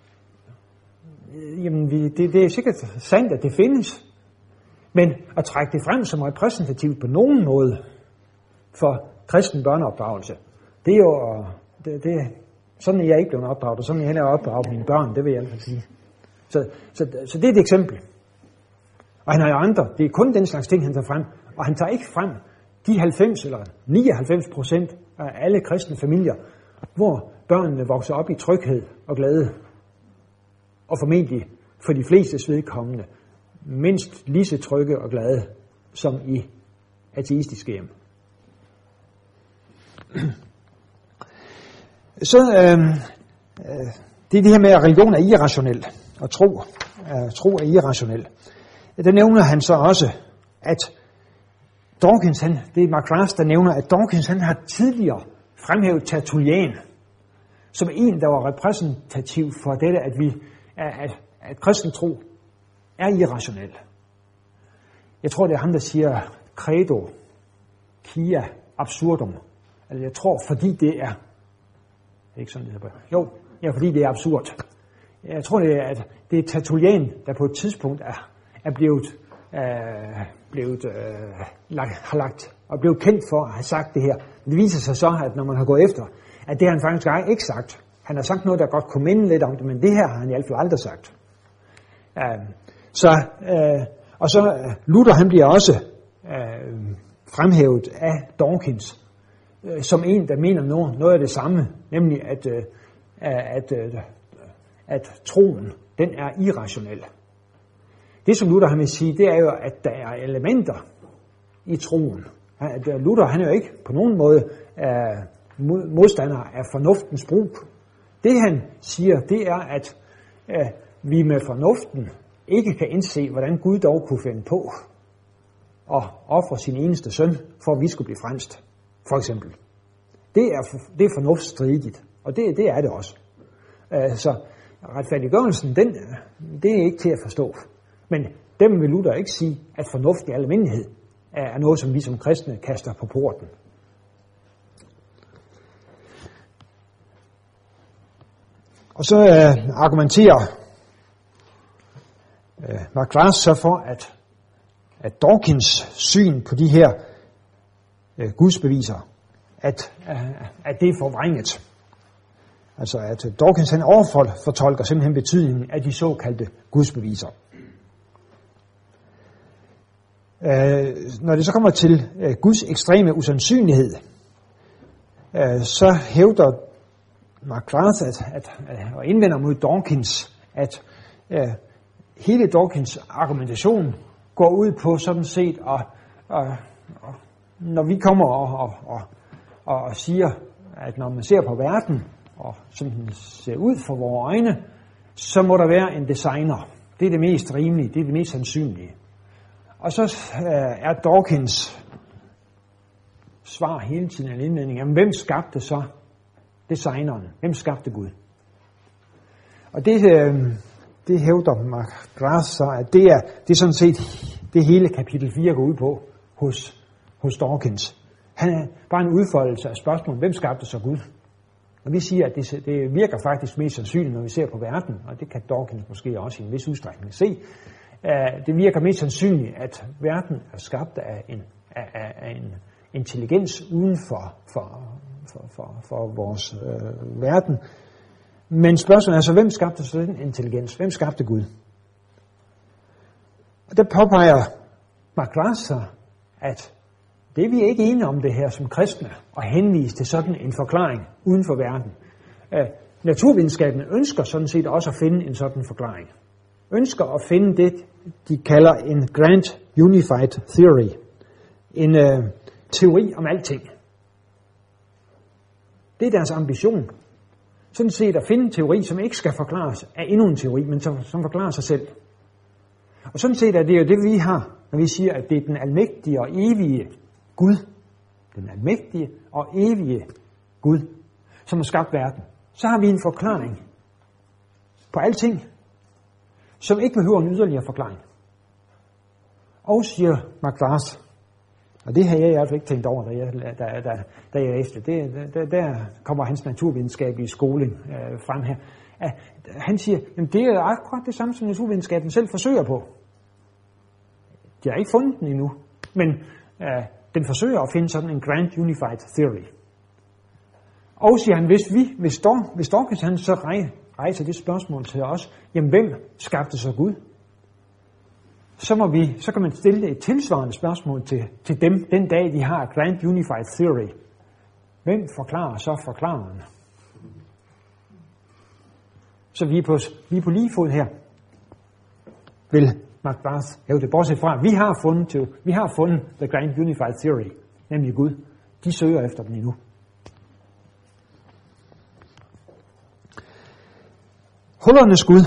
Jamen, vi, det, det er sikkert sandt, at det findes. Men at trække det frem som repræsentativt på nogen måde for kristen børneopdragelse, det er jo... Det, det, sådan er jeg ikke blevet opdraget, og sådan er jeg heller opdraget mine børn, det vil jeg altså sige. Så, så, så det er et eksempel. Og han har jo andre. Det er kun den slags ting, han tager frem. Og han tager ikke frem de halvfems eller nioghalvfems procent af alle kristne familier, hvor børnene vokser op i tryghed og glæde. Og formentlig for de flestes vedkommende mindst lige så trygge og glade som i ateistiske hjem. Så øh, øh, det er det her med, at religion er irrationel, og tro, øh, tro er irrationel. Der nævner han så også, at Dawkins, han, det er McGrath, der nævner, at Dawkins han har tidligere fremhævet Tertullian som en, der var repræsentativ for dette, at vi at, at kristen tro er irrationel. Jeg tror, det er ham, der siger credo, quia absurdum. Altså, jeg tror, fordi det er... Det er ikke sådan, det hedder. Jo, ja, fordi det er absurd. Jeg tror, det er, at det er Tertullian, der på et tidspunkt er, er blevet, øh, blevet øh, lagt, har lagt og blevet kendt for at have sagt det her. Men det viser sig så, at når man har gået efter, at det har han faktisk ikke sagt. Han har sagt noget, der godt kunne minde lidt om det, men det her har han i hvert fald aldrig sagt. Uh, så, uh, og så uh, Luther, han bliver også uh, fremhævet af Dawkins uh, som en, der mener noget, noget af det samme, nemlig at, uh, at, uh, at troen, den er irrationel. Det, som Luther han vil sige, det er jo, at der er elementer i troen. At Luther, han er jo ikke på nogen måde uh, modstander af fornuftens brug. Det han siger, det er, at øh, vi med fornuften ikke kan indse, hvordan Gud dog kunne finde på at ofre sin eneste søn, for at vi skulle blive frelst, for eksempel. Det er, det er fornuftsstridigt, og det, det er det også. Øh, så retfærdiggørelsen, den, det er ikke til at forstå. Men dem vil Luther ikke sige, at fornuft i almindelighed er noget, som vi som kristne kaster på porten. Og så øh, argumenterer øh, Maclaren så for, at, at Dawkins syn på de her øh, gudsbeviser, at, øh, at det er forvrænget. Altså at Dawkins han overfortolker simpelthen betydningen af de såkaldte gudsbeviser. Øh, når det så kommer til øh, Guds ekstreme usandsynlighed, øh, så hævder Maclaren at, at, at, og indvender mod Dawkins, at øh, hele Dawkins argumentation går ud på sådan set, at, at, at når vi kommer og, og, og, og siger, at når man ser på verden, og som den ser ud for vores øjne, så må der være en designer. Det er det mest rimelige, det er det mest sandsynlige. Og så øh, er Dawkins svar hele tiden en indledning, jamen hvem skabte så designeren? Hvem skabte Gud? Og det, øh, det hævder Maclaren så, at det er, det er sådan set det hele kapitel fire går ud på hos, hos Dawkins. Han er bare en udfoldelse af spørgsmålet, hvem skabte så Gud? Og vi siger, at det, det virker faktisk mest sandsynligt, når vi ser på verden, og det kan Dawkins måske også i en vis udstrækning se. Det virker mest sandsynligt, at verden er skabt af en, af, af en intelligens uden for, for, for, for, for vores øh, verden. Men spørgsmålet er så, hvem skabte så den intelligens? Hvem skabte Gud? Og der påpeger Maclaren så, at det er vi ikke enige om det her som kristne, at henvise til sådan en forklaring uden for verden. Øh, naturvidenskaben ønsker sådan set også at finde en sådan forklaring. Ønsker at finde det, de kalder en Grand Unified Theory. En øh, teori om alting. Det er deres ambition. Sådan set at finde en teori, som ikke skal forklares af endnu en teori, men som, som forklarer sig selv. Og sådan set er det jo det, vi har, når vi siger, at det er den almægtige og evige Gud. Den almægtige og evige Gud, som har skabt verden. Så har vi en forklaring på alting, som ikke behøver en yderligere forklaring. Og siger Maclaren, og det har jeg i hvert fald ikke tænkt over, da jeg, da, da, da jeg læste det, der, der kommer hans naturvidenskabelige skoling øh, frem her. At han siger, at det er akkurat det samme, som naturvidenskaben selv forsøger på. De har ikke fundet den endnu, men øh, den forsøger at finde sådan en Grand Unified Theory. Og siger han, hvis vi, hvis, Dor, hvis Dawkins han så rejser det spørgsmål til os, jamen hvem skabte så Gud? Så, må vi, så kan man stille et tilsvarende spørgsmål til, til dem, den dag de har Grand Unified Theory. Hvem forklarer så forklareren? Så vi er på, vi er på lige fod her, vil Maclaren hæve det. Bortset fra, vi har fundet, til, vi har fundet The Grand Unified Theory, nemlig Gud. De søger efter den endnu. Hullernes Gud.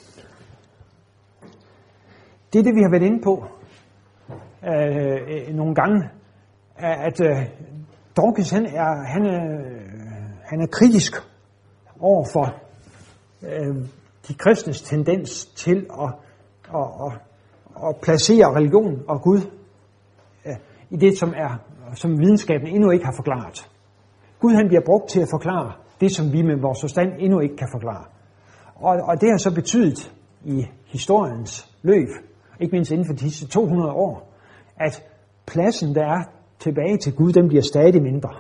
Det er det, vi har været inde på øh, nogle gange, at øh, Dawkins han er, han er, han er kritisk over for øh, de kristnes tendens til at, at, at, at placere religion og Gud øh, i det, som, er, som videnskaben endnu ikke har forklaret. Gud han bliver brugt til at forklare det, som vi med vores forstand endnu ikke kan forklare. Og, og det har så betydet i historiens løb, ikke mindst inden for disse to hundrede år, at pladsen, der er tilbage til Gud, den bliver stadig mindre.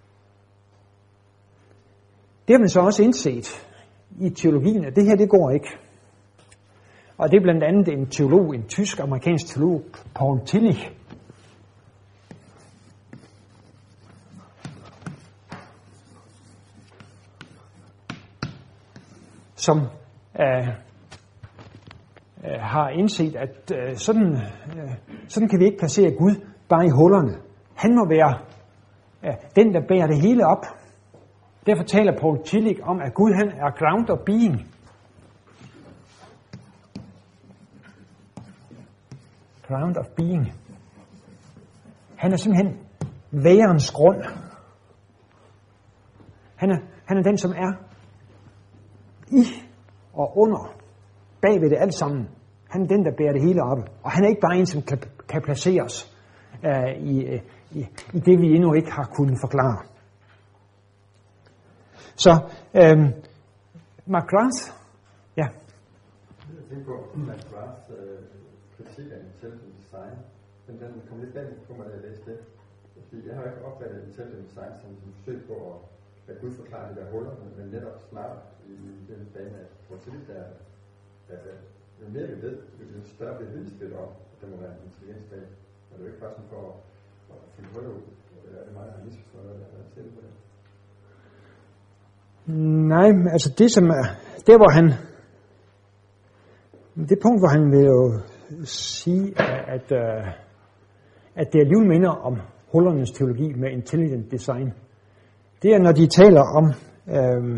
Det har man så også indset i teologien, at det her, det går ikke. Og det er blandt andet en teolog, en tysk-amerikansk teolog, Paul Tillich, som øh, øh, har indset, at øh, sådan, øh, sådan kan vi ikke placere Gud bare i hullerne. Han må være øh, den, der bærer det hele op. Derfor taler Paul Tillich om, at Gud han er ground of being. Ground of being. Han er simpelthen værens grund. Han er, han er den, som er i og under, bag ved det alt sammen. Han er den, der bærer det hele oppe. Og han er ikke bare en, som kan, kan placeres uh, i, i, i det, vi endnu ikke har kunnet forklare. Så, øhm, McGrath, ja. Jeg tænker på, at McGraths øh, kritik af intelligent design, men den kom lidt bag på mig, da jeg læste det. Fordi jeg har ikke opfattet intelligent design som et forsøg på at, at Gud forklare de der huller, men netop snart i den bane, at hvor tidligt der er, at jo mere vi ved, jo større bevis ved det om, at der må være en intelligens bag. Og det er jo ikke bare sådan for at, at fylde huller ud. Er det meget, der har misforstået, hvad der er til på det? Nej, altså det som er, der hvor han, det punkt hvor han vil jo sige, at, at, at det alligevel minder om hullernes teologi med intelligent design, det er når de taler om, øhm,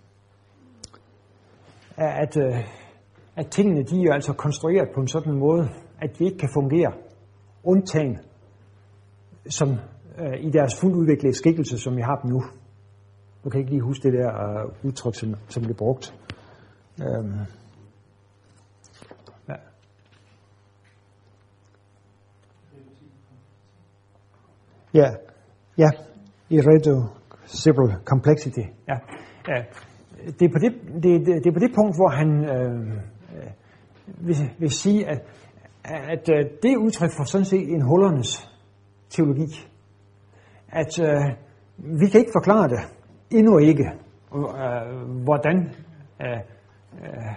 at, at tingene de er altså konstrueret på en sådan måde, at de ikke kan fungere undtagen som øh, i deres fuldt udviklede skikkelse, som vi har dem nu. Du kan ikke lige huske det der uh, udtryk, som, som blev brugt. Um, ja. Ja, ja, irreducible complexity. Ja. Ja. Det, er på det, det, det, det er på det punkt, hvor han øh, vil, vil sige, at, at det er udtryk for sådan set en hullernes teologi. At øh, vi kan ikke forklare det. Endnu ikke, øh, hvordan øh, øh,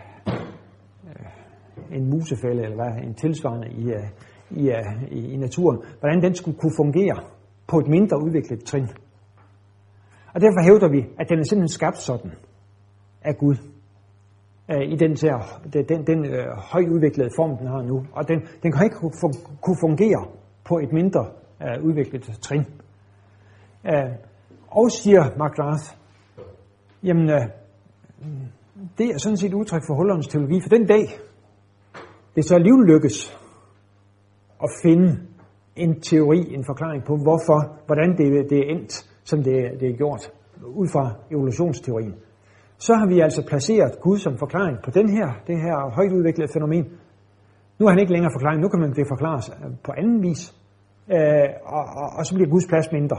en musefælde, eller hvad, en tilsvarende i, øh, i, øh, i naturen, hvordan den skulle kunne fungere på et mindre udviklet trin. Og derfor hævder vi, at den er simpelthen skabt sådan af Gud, øh, i den, der, den, den øh, højt udviklede form, den har nu. Og den, den kan ikke kunne fungere på et mindre øh, udviklet trin. Øh, Og siger McGrath, jamen, øh, det er sådan set udtryk for hullernes teologi, for den dag, det så alligevel lykkes at finde en teori, en forklaring på, hvorfor, hvordan det, det er endt, som det, det er gjort, ud fra evolutionsteorien. Så har vi altså placeret Gud som forklaring på den her, det her højt udviklede fænomen. Nu er han ikke længere forklaring, nu kan man det forklares på anden vis, øh, og, og, og så bliver Guds plads mindre.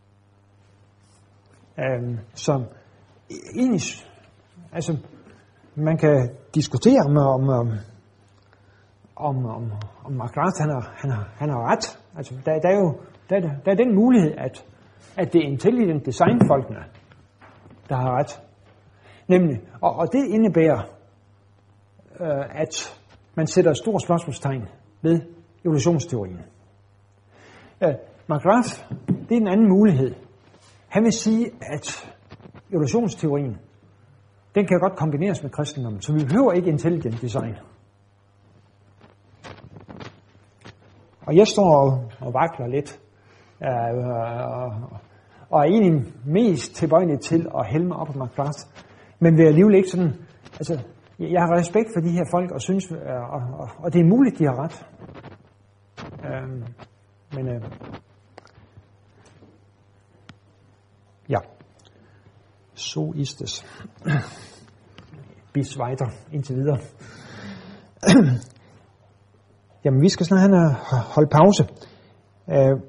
Um, som egentlig, altså, man kan diskutere om, om, om, om, om McGrath, han har, han har, han har ret. Altså, der, der er jo der, der er den mulighed, at, at det er intelligent design-folkene, der har ret. Nemlig, og, og det indebærer, uh, at man sætter et stort spørgsmålstegn ved evolutionsteorien. Uh, McGrath, det er en anden mulighed. Han vil sige, at evolutionsteorien, den kan godt kombineres med kristendommen, så vi behøver ikke intelligent design. Og jeg står og, og vakler lidt, øh, og, og er egentlig mest tilbøjelig til at hælde mig op på McGrath, men vil alligevel ikke sådan, altså, jeg har respekt for de her folk, og synes, øh, og, og, og det er muligt, de har ret. Øh, men... Øh, Ja, so ist es. Bis weiter, indtil videre. Jamen, vi skal snart have holde pause. Uh,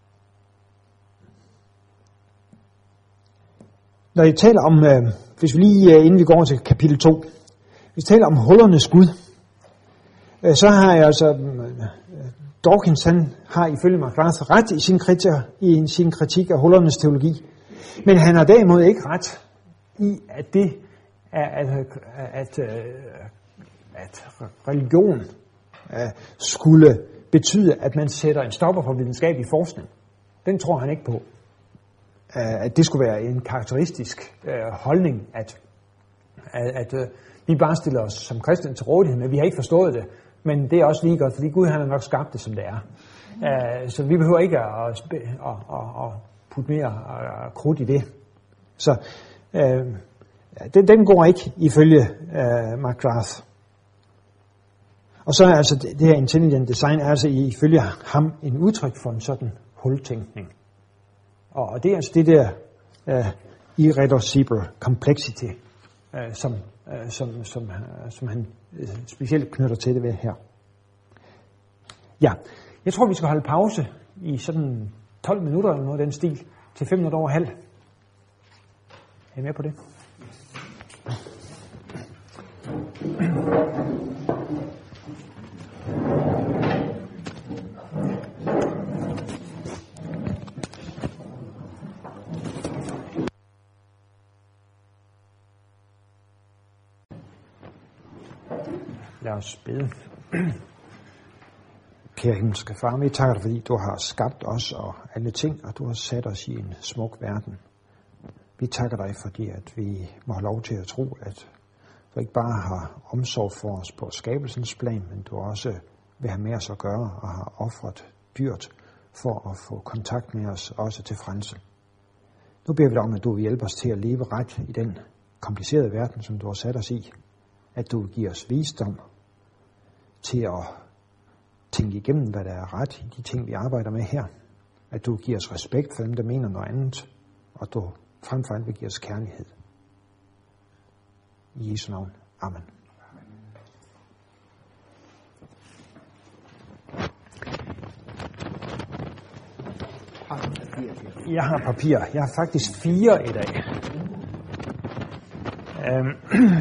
når jeg taler om, uh, hvis vi lige, uh, inden vi går over til kapitel to, hvis vi taler om hullernes Gud, uh, så har jeg altså, uh, Dawkins, han har ifølge McGrath ret i sin, kritik, i sin kritik af hullernes teologi. Men han har derimod ikke ret i, at det er, at, at, at religion skulle betyde, at man sætter en stopper for videnskabelig forskning. Den tror han ikke på. At det skulle være en karakteristisk holdning, at, at, at vi bare stiller os som kristne til rådighed, men vi har ikke forstået det. Men det er også lige godt, fordi Gud han har nok skabt det, som det er. Så vi behøver ikke at, at, at, at putte mere krudt i det. Så øh, den, den går ikke ifølge øh, McGrath. Og så er altså det, det her intelligent design er altså ifølge ham en udtryk for en sådan hultænkning. Og det er altså det der uh, irreducible complexity, uh, som, uh, som, som, uh, som han uh, specielt knytter til det ved her. Ja, jeg tror vi skal holde pause i sådan tolv minutter eller noget af den stil, til fem minutter over halv. Er I med på det? Lad os bede. Kære himmelske far, vi takker dig, fordi du har skabt os og alle ting, og du har sat os i en smuk verden. Vi takker dig, fordi at vi må have lov til at tro, at du ikke bare har omsorg for os på skabelsens plan, men du også vil have med os at gøre og har offret dyrt for at få kontakt med os, også til frelse. Nu beder vi dig om, at du vil hjælpe os til at leve ret i den komplicerede verden, som du har sat os i. At du vil give os visdom til at tænke igennem, hvad der er ret i de ting, vi arbejder med her. At du giver os respekt for dem, der mener noget andet, og du frem for alt vil give os kærlighed. I Jesu navn. Amen. Jeg har papir. Jeg har faktisk fire i dag. Øhm.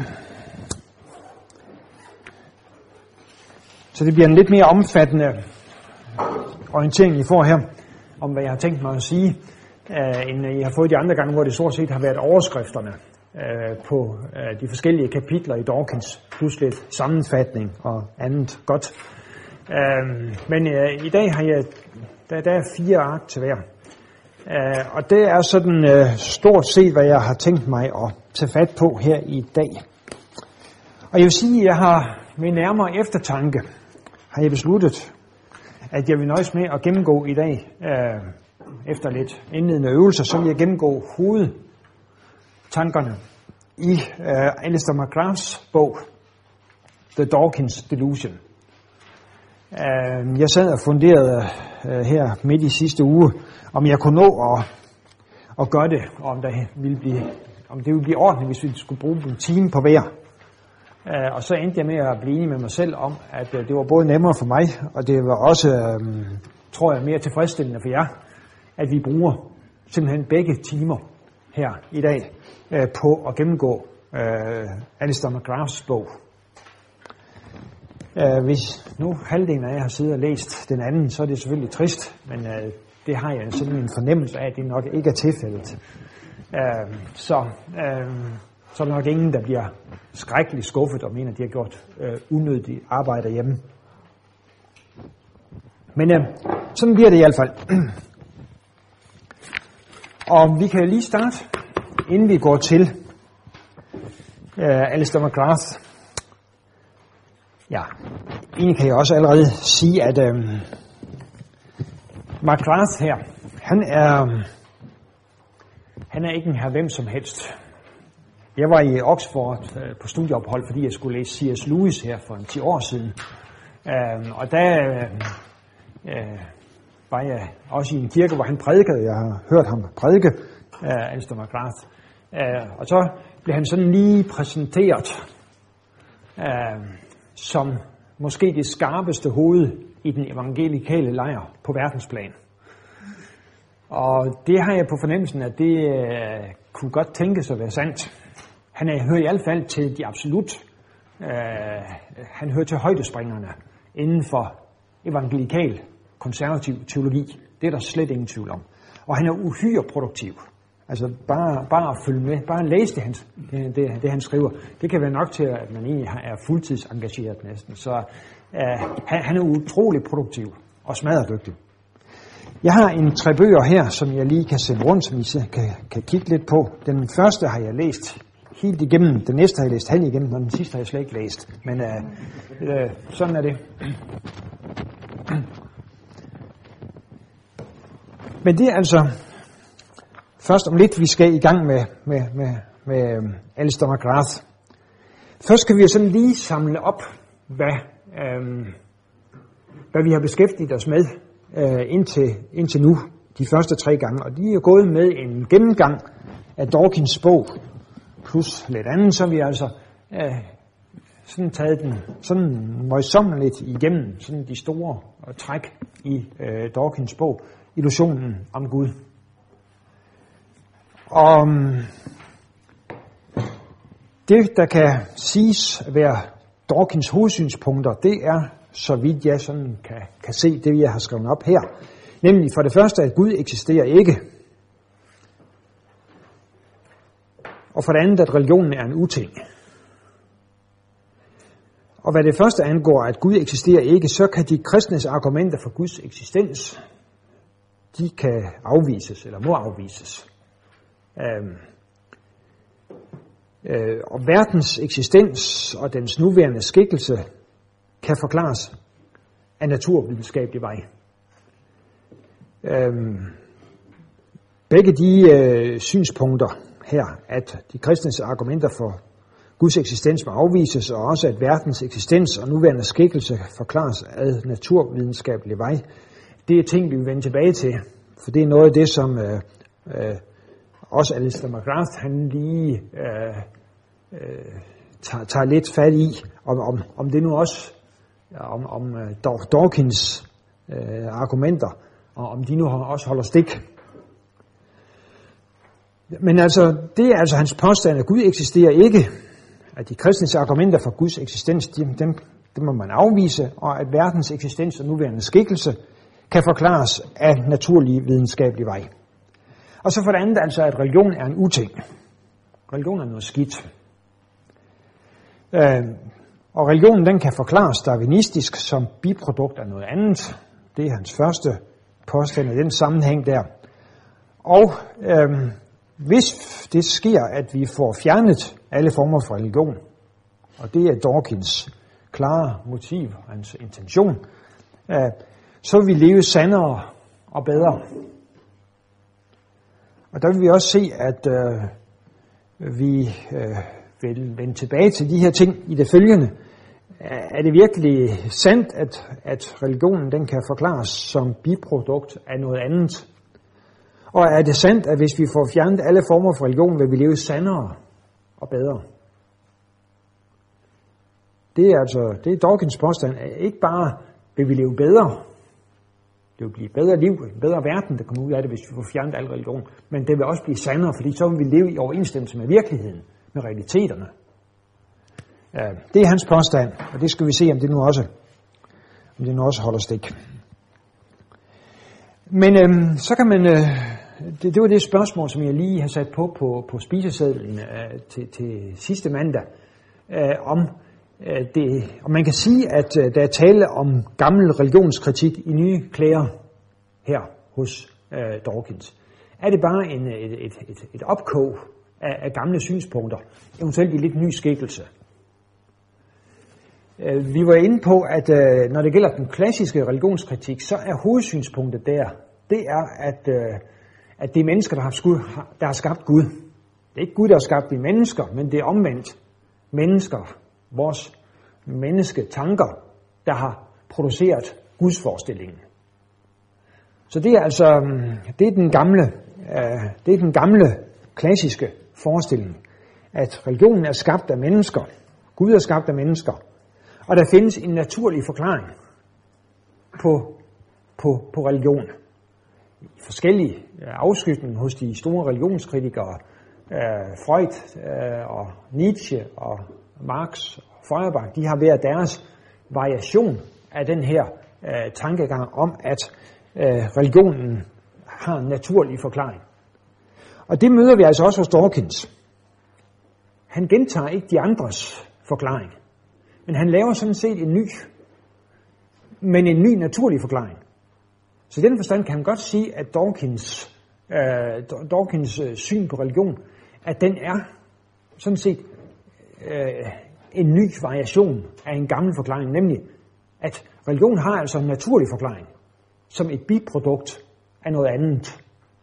Så det bliver en lidt mere omfattende orientering, I får her, om hvad jeg har tænkt mig at sige, øh, end I har fået de andre gange, hvor det stort set har været overskrifterne øh, på øh, de forskellige kapitler i Dawkins, plus lidt sammenfatning og andet godt. Øh, men øh, i dag har jeg, der, der er fire ark til hver. Øh, og det er sådan øh, stort set, hvad jeg har tænkt mig at tage fat på her i dag. Og jeg vil sige, at jeg har med nærmere eftertanke, har jeg besluttet, at jeg vil nøjes med at gennemgå i dag, øh, efter lidt indledende øvelser, så vil jeg gennemgå hovedtankerne i øh, Alistair McGraths bog, The Dawkins Delusion. Øh, jeg sad og funderede øh, her midt i sidste uge, om jeg kunne nå at, at gøre det, og om, der ville blive, om det ville blive ordentligt, hvis vi skulle bruge en time på hver. Uh, og så endte jeg med at blive enig med mig selv om, at uh, det var både nemmere for mig, og det var også, um, tror jeg, mere tilfredsstillende for jer, at vi bruger simpelthen begge timer her i dag uh, på at gennemgå uh, Alistair McGraths bog. Uh, hvis nu halvdelen af jer har siddet og læst den anden, så er det selvfølgelig trist, men uh, det har jeg sådan en fornemmelse af, at det nok ikke er tilfældet. Uh, så... Uh, så er der nok ingen, der bliver skrækkeligt skuffet og mener, at de har gjort øh, unødigt arbejde hjemme. Men øh, sådan bliver det i hvert fald. Og vi kan lige starte, inden vi går til øh, Alistair McGrath. Ja, egentlig kan jeg også allerede sige, at øh, McGrath her, han er, han er ikke en her hvem som helst. Jeg var i Oxford øh, på studieophold, fordi jeg skulle læse C S Lewis her for en ti år siden. Øh, og der øh, var jeg også i en kirke, hvor han prædikede. Jeg har hørt ham prædike, øh, Alistair McGrath. Øh, og så blev han sådan lige præsenteret øh, som måske det skarpeste hoved i den evangelikale lejr på verdensplan. Og det har jeg på fornemmelsen, at det øh, kunne godt tænkes at være sandt. Han er, hører i hvert fald til de absolut, øh, han hører til højdespringerne inden for evangelikal konservativ teologi. Det er der slet ingen tvivl om. Og han er uhyre produktiv. Altså bare, bare at følge med, bare læse det han, det, det, det, han skriver. Det kan være nok til, at man egentlig er fuldtidsengageret næsten. Så øh, han, han er utrolig produktiv og smadredygtig. Jeg har en tre bøger her, som jeg lige kan sende rundt, som I kan, kan kigge lidt på. Den første har jeg læst helt igennem, den næste har jeg læst halv igennem, og den sidste har jeg slet ikke læst. Men øh, øh, sådan er det. Men det er altså først om lidt, vi skal i gang med, med, med, med Alistair McGrath. Først skal vi jo sådan lige samle op, hvad, øh, hvad vi har beskæftiget os med øh, indtil, indtil nu, de første tre gange. Og de er jo gået med en gennemgang af Dawkins bog, plus lidt andet, så vi altså øh, sådan taget den sådan møjsommeligt igennem sådan de store træk i øh, Dawkins bog, Illusionen om Gud. Og det, der kan siges at være Dawkins hovedsynspunkter, det er, så vidt jeg sådan kan, kan se det, jeg har skrevet op her. Nemlig for det første, at Gud eksisterer ikke. Og for det andet, at religionen er en uting. Og hvad det første angår, at Gud eksisterer ikke, så kan de kristnes argumenter for Guds eksistens, de kan afvises, eller må afvises. Øhm, øh, og verdens eksistens og dens nuværende skikkelse kan forklares af naturvidenskabelig vej. Øhm, begge de øh, synspunkter her, at de kristnes argumenter for Guds eksistens må afvises, og også at verdens eksistens og nuværende skikkelse forklares af naturvidenskabelig vej, det er ting, vi vil vende tilbage til, for det er noget af det, som øh, øh, også Alistair McGrath, han lige øh, øh, tager, tager lidt fat i, om, om, om det nu også, om, om uh, Dawkins øh, argumenter, og om de nu også holder stik. Men altså, det er altså hans påstand, at Gud eksisterer ikke, at de kristnes argumenter for Guds eksistens, dem, dem, dem må man afvise, og at verdens eksistens og nuværende skikkelse kan forklares af naturlig videnskabelig vej. Og så for det andet altså, at religion er en uting. Religion er noget skidt. Øh, og religionen, den kan forklares darwinistisk som biprodukt af noget andet. Det er hans første påstand i den sammenhæng der. Og øh, hvis det sker, at vi får fjernet alle former for religion, og det er Dawkins klare motiv og hans intention, øh, så vil vi leve sandere og bedre. Og der vil vi også se, at øh, vi øh, vil vende tilbage til de her ting i det følgende. Er det virkelig sandt, at, at religionen den kan forklares som biprodukt af noget andet? Og er det sandt, at hvis vi får fjernet alle former for religion, vil vi leve sandere og bedre? Det er altså, det er Dawkins påstand. Ikke bare vil vi leve bedre, det vil blive et bedre liv, en bedre verden, der kommer ud af det, hvis vi får fjernet al religion. Men det vil også blive sandere, fordi så vil vi leve i overensstemmelse med virkeligheden, med realiteterne. Ja, det er hans påstand, og det skal vi se, om det nu også, om det nu også holder stik. Men øhm, så kan man, øh, det, det var det spørgsmål, som jeg lige har sat på på, på spisesedlen øh, til, til sidste mandag, øh, om øh, det, og man kan sige, at øh, der er tale om gammel religionskritik i nye klæder her hos øh, Dawkins. Er det bare en, et, et, et, et opkog af, af gamle synspunkter, eventuelt i lidt ny skikkelse? Vi var inde på, at øh, når det gælder den klassiske religionskritik, så er hovedsynspunktet der, det er, at, øh, at det er mennesker, der har, skud, der har skabt Gud. Det er ikke Gud, der har skabt de mennesker, men det er omvendt mennesker, vores mennesketanker, der har produceret Guds forestillingen. Så det er altså det er den gamle, øh, det er den gamle klassiske forestilling, at religionen er skabt af mennesker, Gud er skabt af mennesker. Og der findes en naturlig forklaring på, på, på religion. I forskellige afskygninger hos de store religionskritikere, øh, Freud øh, og Nietzsche og Marx og Feuerbach, de har hver deres variation af den her øh, tankegang om, at øh, religionen har en naturlig forklaring. Og det møder vi altså også hos Dawkins. Han gentager ikke de andres forklaring. Men han laver sådan set en ny, men en ny naturlig forklaring. Så i den forstand kan man godt sige, at Dawkins, øh, Dawkins øh, syn på religion, at den er sådan set øh, en ny variation af en gammel forklaring, nemlig at religion har altså en naturlig forklaring, som et biprodukt af noget andet.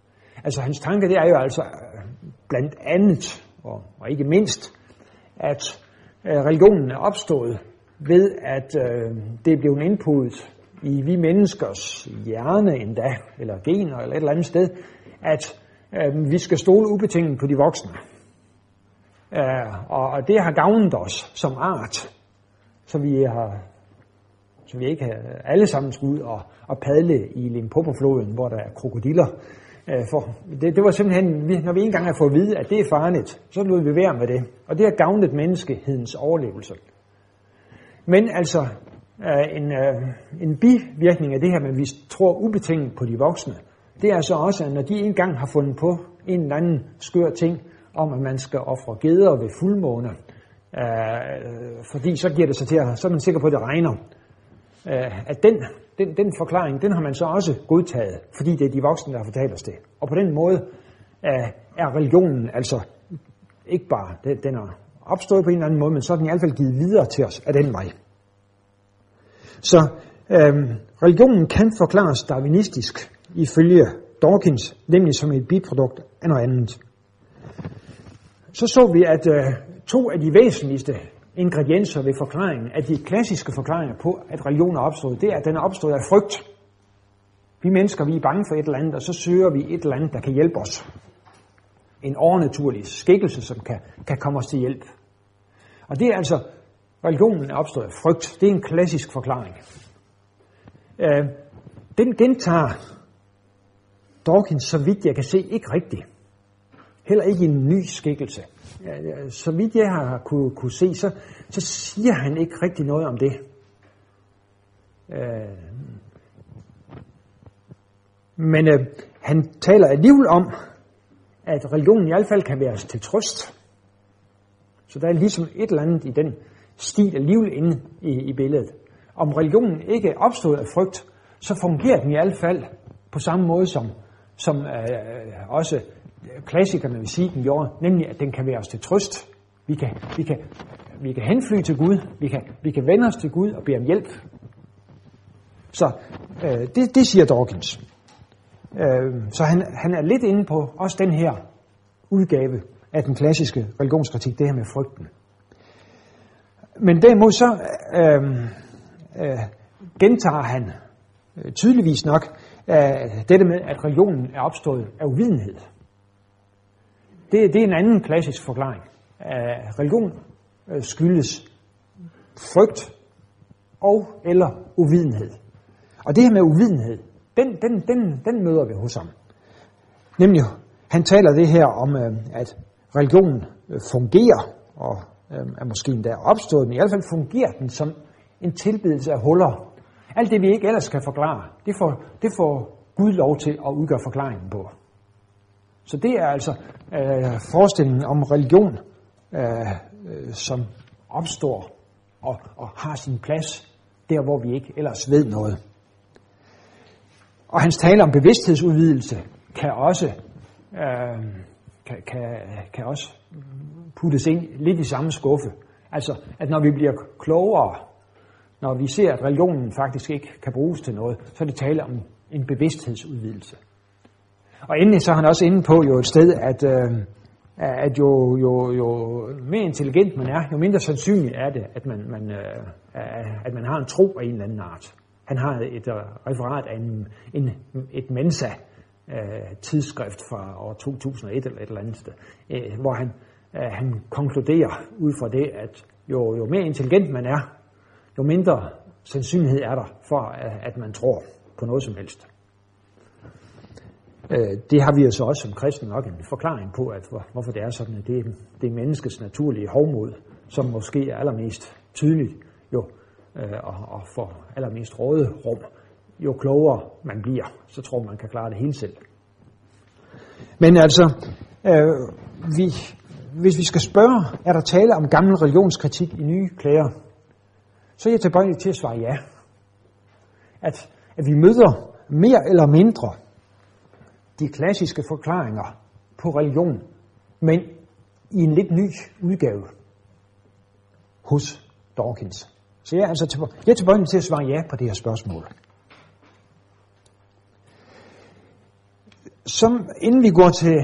Altså hans tanke, det er jo altså blandt andet, og, og ikke mindst, at øh, religionen er opstået ved, at øh, det er blevet indpodet i vi menneskers hjerne endda, eller gener, eller et eller andet sted, at øh, vi skal stole ubetinget på de voksne. Øh, og, og det har gavnet os som art, så vi har, så vi ikke alle sammen skal ud og, og padle i Limpopo-floden, hvor der er krokodiller. Øh, for det, det var simpelthen, vi, når vi engang har fået at vide, at det er farligt, så lod vi være med det. Og det har gavnet menneskehedens overlevelse. Men altså, øh, en, øh, en bivirkning af det her, men vi tror ubetinget på de voksne, det er så også, at når de engang har fundet på en eller anden skør ting, om at man skal ofre geder ved fuldmåne, øh, fordi så giver det sig til, at så er man sikker på, at det regner. Øh, at den, den, den forklaring, den har man så også godtaget, fordi det er de voksne, der har fortalt os det. Og på den måde øh, er religionen altså ikke bare, den, den er opstået på en eller anden måde, men så er den i hvert fald givet videre til os af den vej. Så øh, religionen kan forklares darwinistisk ifølge Dawkins, nemlig som et biprodukt af noget andet. Så så vi, at øh, to af de væsentligste ingredienser ved forklaringen, af de klassiske forklaringer på, at religion er opstået, det er, at den er opstået af frygt. Vi mennesker, vi er bange for et eller andet, og så søger vi et eller andet, der kan hjælpe os. En overnaturlig skikkelse, som kan, kan komme os til hjælp. Og det er altså, religionen er opstået af frygt. Det er en klassisk forklaring. Øh, den gentager Dawkins, så vidt jeg kan se, ikke rigtigt. Heller ikke en ny skikkelse. Så vidt jeg har kunne, kunne se, så, så siger han ikke rigtig noget om det. Øh, men øh, han taler alligevel om, at religionen i hvert fald kan være til trøst. Så der er ligesom et eller andet i den stil alligevel inde i, i billedet. Om religionen ikke er opstået af frygt, så fungerer den i hvert fald på samme måde som, som øh, også klassikerne vil sige, den gjorde, nemlig at den kan være os til trøst. Vi kan, vi kan, vi kan henfly til Gud, vi kan, vi kan vende os til Gud og bede om hjælp. Så øh, det, det siger Dawkins. Øh, så han, han er lidt inde på også den her udgave af den klassiske religionskritik, det her med frygten. Men derimod så øh, øh, gentager han øh, tydeligvis nok øh, dette med, at religionen er opstået af uvidenhed. Det, det er en anden klassisk forklaring. Uh, religion uh, skyldes frygt og eller uvidenhed. Og det her med uvidenhed, den, den, den, den møder vi hos ham. Nemlig, han taler det her om, uh, at religionen uh, fungerer, og uh, er måske endda opstået, men i hvert fald fungerer den som en tilbedelse af huller. Alt det, vi ikke ellers kan forklare, det får, det får Gud lov til at udgøre forklaringen på. Så det er altså øh, forestillingen om religion, øh, øh, som opstår og, og har sin plads der, hvor vi ikke ellers ved noget. Og hans tale om bevidsthedsudvidelse kan også, øh, kan, kan, kan også puttes ind lidt i samme skuffe. Altså, at når vi bliver klogere, når vi ser, at religionen faktisk ikke kan bruges til noget, så er det tale om en bevidsthedsudvidelse. Og endelig så er han også inde på jo et sted, at, øh, at jo, jo, jo mere intelligent man er, jo mindre sandsynligt er det, at man, man, øh, at man har en tro af en eller anden art. Han har et uh, referat af en, en, et Mensa-tidsskrift uh, fra år to tusind og et eller et eller andet sted, uh, hvor han, uh, han konkluderer ud fra det, at jo, jo mere intelligent man er, jo mindre sandsynlighed er der for, uh, at man tror på noget som helst. Det har vi jo så også som kristne nok en forklaring på, at hvor, hvorfor det er sådan, at det, det er menneskets naturlige hovmod, som måske er allermest tydeligt, jo, øh, og, og for allermest råderum, jo klogere man bliver, så tror man, man kan klare det hele selv. Men altså, øh, vi, hvis vi skal spørge, er der tale om gammel religionskritik i nye klæder, så er jeg tilbøjelig til at svare ja. At, at vi møder mere eller mindre de klassiske forklaringer på religion, men i en lidt ny udgave hos Dawkins. Så jeg er altså tilbøjelig, jeg er tilbøjelig til at svare ja på det her spørgsmål. Som, inden vi går til,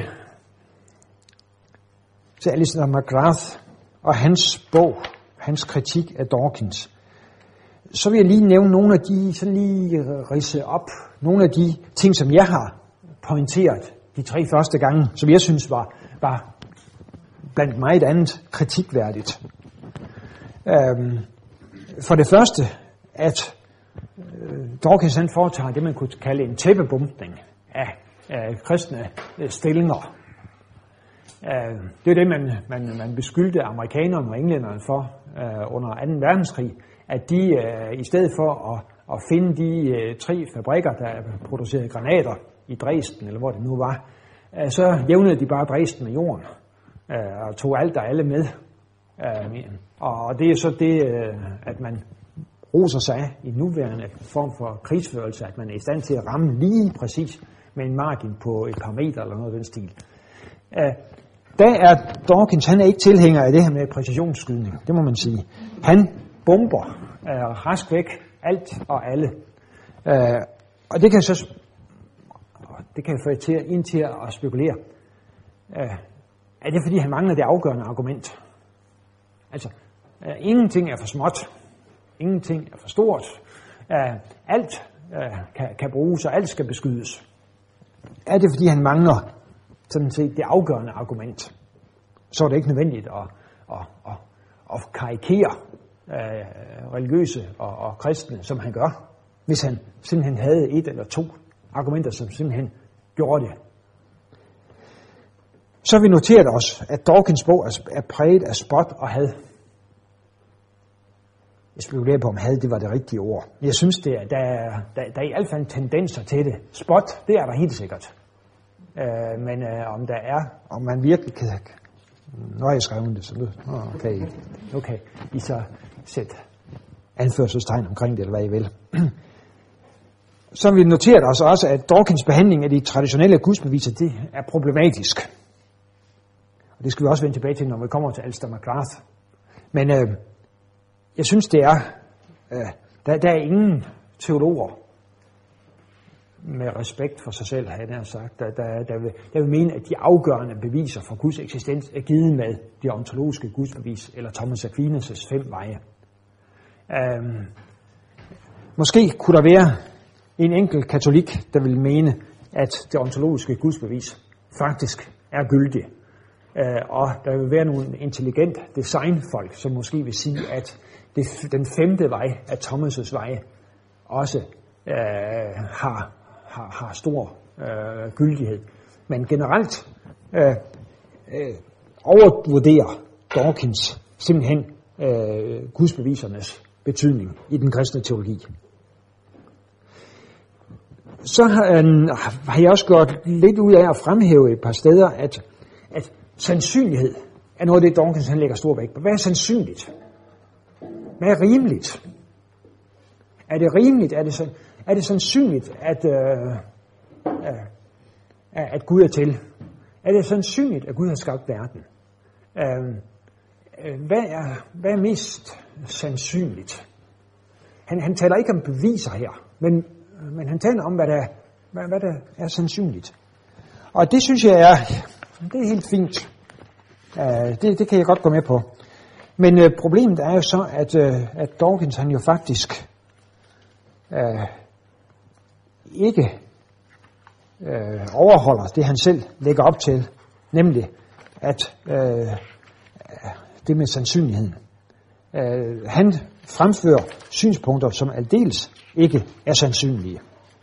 til Alistair McGrath og hans bog, hans kritik af Dawkins, så vil jeg lige nævne nogle af de, så lige ridse op, nogle af de ting, som jeg har pointeret de tre første gange, som jeg synes var, var blandt meget andet kritikværdigt. Øhm, for det første, at øh, Dawkins han foretager det, man kunne kalde en tæppebumpning af, af kristne stillinger. Øh, det er det, man, man, man beskyldte amerikanerne og englænderne for øh, under anden verdenskrig, at de øh, i stedet for at, at finde de øh, tre fabrikker, der producerede granater i Dresden, eller hvor det nu var, øh, så jævnede de bare Dresden med jorden øh, og tog alt og alle med. Øh, og det er så det, øh, at man roser sig af i nuværende form for krigsførelse, at man er i stand til at ramme lige præcis med en margin på et par meter eller noget af den stil. Øh, der er Dawkins, han er ikke tilhænger af det her med præcisionsskydning, det må man sige. Han bomber øh, rask væk alt og alle. Øh, og det kan så det kan få til ind til at spekulere. Øh, er det fordi han mangler det afgørende argument? Altså, øh, ingenting er for småt, ingenting er for stort. Øh, alt øh, kan, kan bruges, og alt skal beskydes. Er det fordi han mangler sådan set det afgørende argument? Så er det ikke nødvendigt at, at, at, at karikere øh, religiøse og, og kristne, som han gør, hvis han simpelthen havde et eller to argumenter, som simpelthen gjorde det. Så har vi noteret os, at Dawkins bog er præget af spot og had. Jeg spekulerer på, om had det var det rigtige ord. Jeg synes, det er, der, er, der, der er i hvert fald tendenser til det. Spot, det er der helt sikkert. Øh, men øh, om der er, om man virkelig kan... Nå, jeg skrev det, så nu okay, okay, I så sæt anførselstegn omkring det, eller hvad I vil. Så har vi noteret os også, at Dawkins behandling af de traditionelle gudsbeviser, det er problematisk. Og det skal vi også vende tilbage til, når vi kommer til Alistair McGrath. Men øh, jeg synes, det er, øh, der, der er ingen teologer med respekt for sig selv, har jeg nær sagt, der, der, der, vil, der vil mene, at de afgørende beviser for Guds eksistens er givet med de ontologiske gudsbevis, eller Thomas Aquinas' fem veje. Øhm, måske kunne der være en enkelt katolik, der vil mene, at det ontologiske gudsbevis faktisk er gyldigt. Øh, og der vil være nogle intelligent designfolk, som måske vil sige, at det, den femte vej af Thomas' veje også øh, har Har, har stor øh, gyldighed. Men generelt øh, øh, overvurderer Dawkins simpelthen øh, gudsbevisernes betydning i den kristne teologi. Så har, øh, har jeg også gjort lidt ud af at fremhæve et par steder, at, at sandsynlighed er noget af det, Dawkins han lægger stor vægt på. Hvad er sandsynligt? Hvad er rimeligt? Er det rimeligt? Er det så Er det sandsynligt, at, øh, øh, at Gud er til? Er det sandsynligt, at Gud har skabt verden? Øh, hvad, er, hvad er mest sandsynligt? Han, han taler ikke om beviser her, men, men han taler om, hvad der, hvad, hvad der er sandsynligt. Og det synes jeg er, det er helt fint. Øh, det, det kan jeg godt gå med på. Men øh, problemet er jo så, at, øh, at Dawkins han jo faktisk... Øh, ikke øh, overholder det, han selv lægger op til, nemlig at øh, det med sandsynligheden. Øh, han fremfører synspunkter, som aldeles ikke er sandsynlige.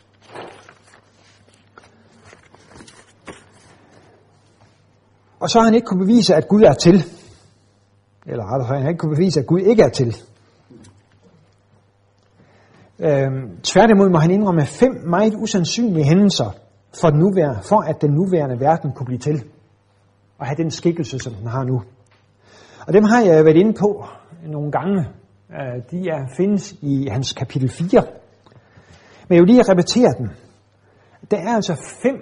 Og så har han ikke kunne bevise, at Gud er til. Eller rettere, han har ikke kunne bevise, at Gud ikke er til. Øhm, tværtimod må han indrømme fem meget usandsynlige hændelser for, den nuværende, for at den nuværende verden kunne blive til og have den skikkelse, som den har nu. Og dem har jeg været inde på nogle gange. Øh, de er, findes i hans kapitel fire. Men jeg vil lige repetere dem. Der er altså fem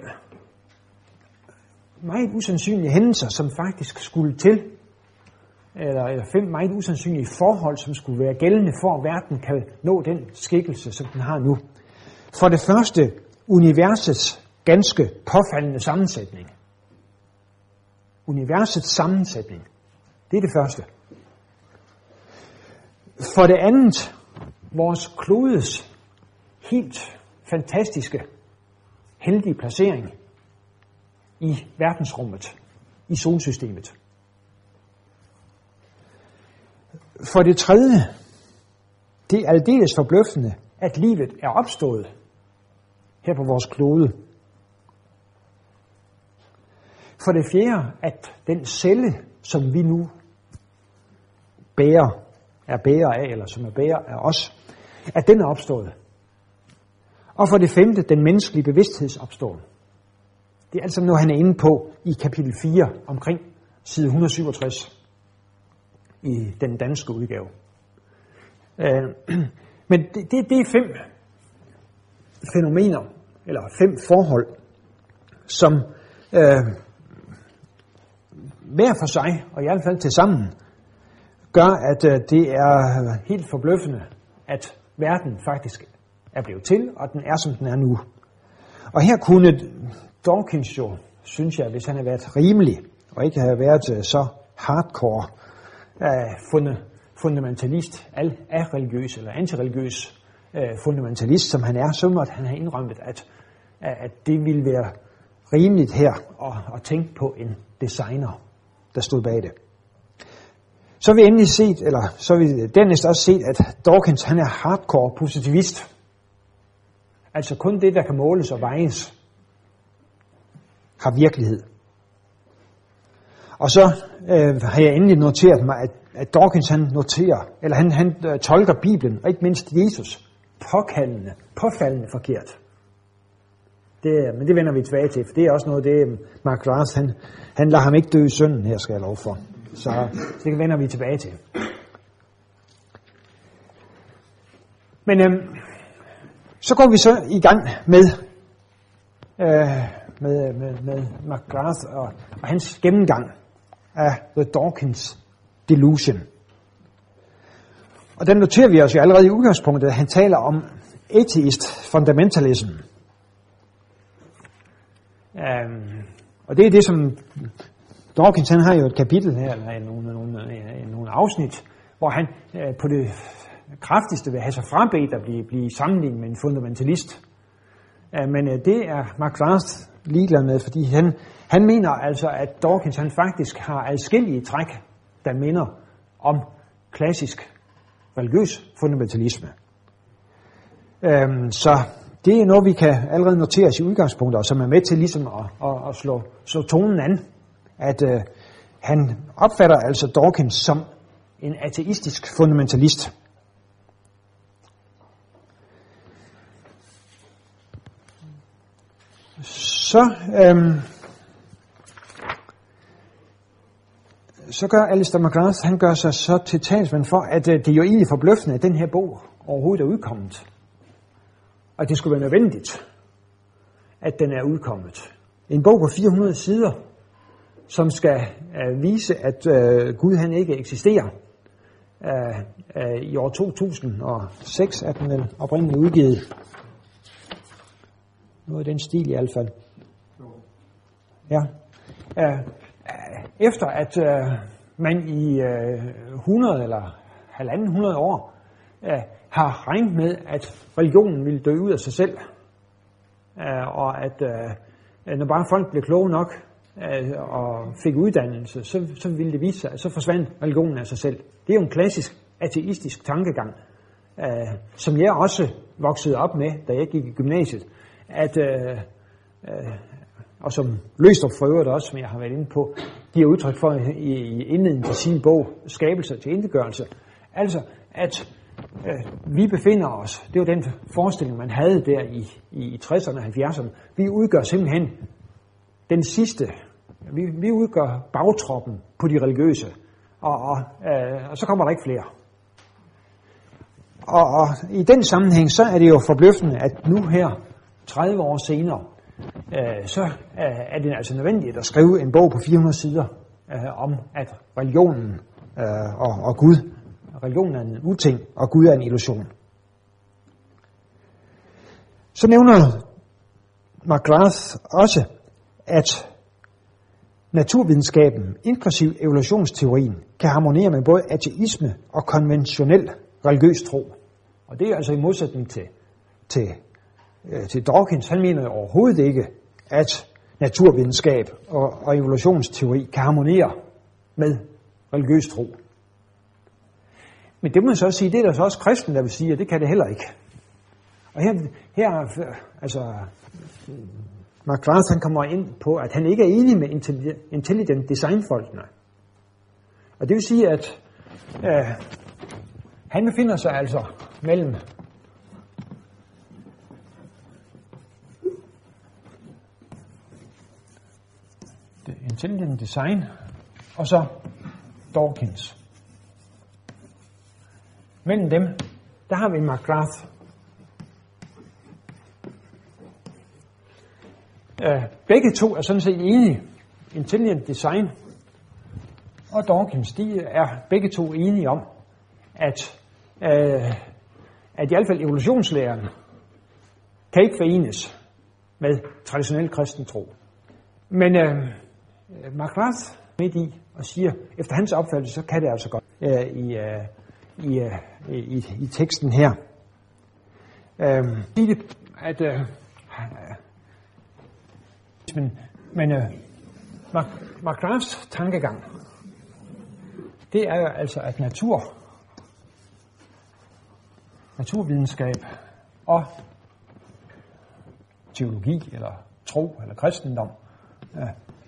meget usandsynlige hændelser, som faktisk skulle til, eller, eller fem meget usandsynlige forhold, som skulle være gældende for, at verden kan nå den skikkelse, som den har nu. For det første, universets ganske påfaldende sammensætning. Universets sammensætning. Det er det første. For det andet, vores klodes helt fantastiske, heldige placering i verdensrummet, i solsystemet. For det tredje, det er aldeles forbløffende, at livet er opstået her på vores klode. For det fjerde, at den celle, som vi nu bærer, er bærer af, eller som er bærer af os, at den er opstået. Og for det femte, den menneskelige bevidsthedsopståen. Det er altså noget, han er inde på i kapitel fire, omkring side et hundrede syvogtres i den danske udgave. Men det, det, det er fem fænomener, eller fem forhold, som øh, hver for sig, og i hvert fald til sammen, gør, at øh, det er helt forbløffende, at verden faktisk er blevet til, og den er, som den er nu. Og her kunne Dawkins jo, synes jeg, hvis han havde været rimelig, og ikke havde været øh, så hardcore øh, fundet, fundamentalist, al religiøs eller antireligiøs øh, fundamentalist, som han er, så måtte han have indrømmet, at, at det ville være rimeligt her at, at tænke på en designer, der stod bag det. Så har vi endelig set, eller så har vi dernæst også set, at Dawkins, han er hardcore positivist. Altså kun det, der kan måles og vejes, har virkelighed. Og så øh, har jeg endelig noteret mig, at, at Dawkins, han noterer, eller han, han øh, tolker Bibelen, og ikke mindst Jesus, påkaldende, påfaldende forkert. Det, men det vender vi tilbage til, for det er også noget, det Mark Rath, han, han lader ham ikke dø i synden her, skal jeg lov for. Så, så det vender vi tilbage til. Men øhm, så går vi så i gang med, øh, med, med, med McGrath og, og hans gennemgang af The Dawkins Delusion. Og den noterer vi os jo allerede i udgangspunktet, at han taler om atheist fundamentalism. Um, og det er det, som Dawkins, han har jo et kapitel her, eller nogle, nogle, nogle afsnit, hvor han uh, på det kraftigste vil have sig frabedt at blive, blive sammenlignet med en fundamentalist. Uh, men uh, det er McGrath ligeglad med, fordi han, han mener altså, at Dawkins, han faktisk har adskillige træk, der minder om klassisk religiøs fundamentalisme. Uh, så det er noget, vi kan allerede notere os i udgangspunkter, som er med til ligesom at, at, at slå, slå tonen an, at uh, han opfatter altså Dawkins som en ateistisk fundamentalist. Så, øhm, så gør Alistair McGrath, han gør sig så til talsmand for, at uh, det er jo egentlig forbløffende, at den her bog overhovedet er udkommet. Og det skulle være nødvendigt, at den er udkommet. En bog på fire hundrede sider, som skal uh, vise, at uh, Gud han ikke eksisterer. Uh, uh, I år to tusind og seks er den vel oprindeligt udgivet. Noget i den stil i hvert fald. Ja. Uh, efter at uh, man i uh, hundrede eller halvanden hundrede år uh, har regnet med, at religionen ville dø ud af sig selv, uh, og at uh, når bare folk blev kloge nok uh, og fik uddannelse, så, så ville det vise sig, at så forsvandt religionen af sig selv. Det er jo en klassisk ateistisk tankegang, uh, som jeg også voksede op med, da jeg gik i gymnasiet, at, uh, uh, og som Løgstrup for øvrigt også, som jeg har været inde på, giver udtryk for i, i indledningen til sin bog, Skabelse til Intetgørelse, altså at øh, vi befinder os, det var den forestilling, man havde der i, i tresserne og halvfjerdserne, vi udgør simpelthen den sidste, vi, vi udgør bagtroppen på de religiøse, og, og, øh, og så kommer der ikke flere. Og, og i den sammenhæng, så er det jo forbløffende, at nu her, tredive år senere, øh, så øh, er det altså nødvendigt at skrive en bog på fire hundrede sider øh, om, at religionen øh, og, og Gud, religionen er en uting, og Gud er en illusion. Så nævner McGrath også, at naturvidenskaben, inklusiv evolutionsteorien, kan harmonere med både ateisme og konventionel religiøs tro. Og det er altså i modsætning til, til, øh, til Dawkins. Han mener overhovedet ikke, at naturvidenskab og, og evolutionsteori kan harmonere med religiøs tro. Men det må man så også sige, det er der så også kristen, der vil sige, at det kan det heller ikke. Og her, her altså, McGrath, han kommer ind på, at han ikke er enig med intelligent design-folkene. Og det vil sige, at øh, han befinder sig altså mellem intelligent design og så Dawkins. Mellem dem, der har vi McGrath. Uh, begge to er sådan set enige. Intelligent design og Dawkins, de er begge to enige om, at, uh, at i hvert fald evolutionslæren kan ikke forenes med traditionel kristen tro. Men uh, McGrath midt i og siger, efter hans opfattelse, så kan det altså godt uh, i, uh, i, uh, i, i teksten her. Uh, at uh, Men, men uh, McGraths tankegang, det er jo altså, at natur, naturvidenskab og teologi, eller tro, eller kristendom, uh,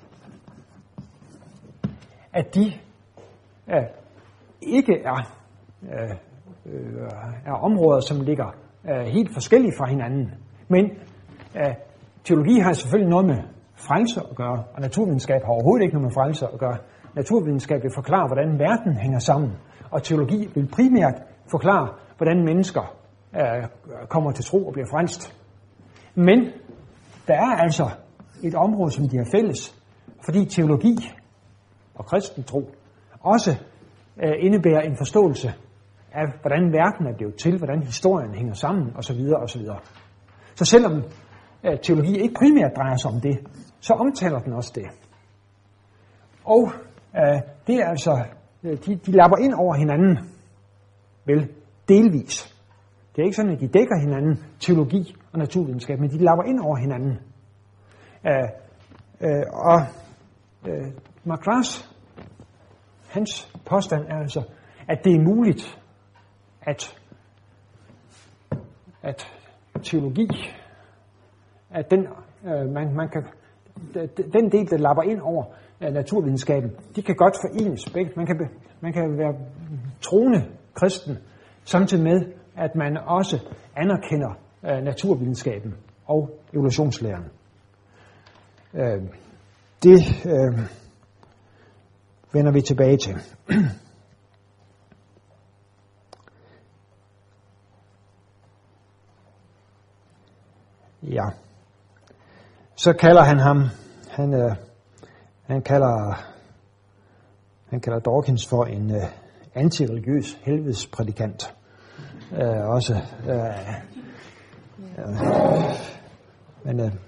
at de uh, ikke er, uh, uh, er områder, som ligger uh, helt forskellige fra hinanden, men uh, teologi har selvfølgelig noget med frelse at gøre, og naturvidenskab har overhovedet ikke noget med frelse at gøre. Naturvidenskab vil forklare, hvordan verden hænger sammen, og teologi vil primært forklare, hvordan mennesker øh, kommer til tro og bliver frelst. Men der er altså et område, som de har fælles, fordi teologi og kristen tro også øh, indebærer en forståelse af, hvordan verden er blevet til, hvordan historien hænger sammen, osv. osv. Så selvom at teologi ikke primært drejer sig om det, så omtaler den også det. Og øh, det er altså, de, de lapper ind over hinanden, vel, delvis. Det er ikke sådan, at de dækker hinanden, teologi og naturvidenskab, men de lapper ind over hinanden. Øh, øh, og øh, McGrath, hans påstand er altså, at det er muligt, at, at teologi, at den, øh, man, man kan, den del, der lapper ind over øh, naturvidenskaben, de kan godt forenes begge. Man kan, man kan være troende kristen, samtidig med, at man også anerkender øh, naturvidenskaben og evolutionslæren. Øh, det øh, vender vi tilbage til. Ja. Så kalder han ham, han, øh, han kalder, han kalder Dawkins for en øh, antireligiøs helvedesprædikant. Øh, også, øh, øh, men, øh,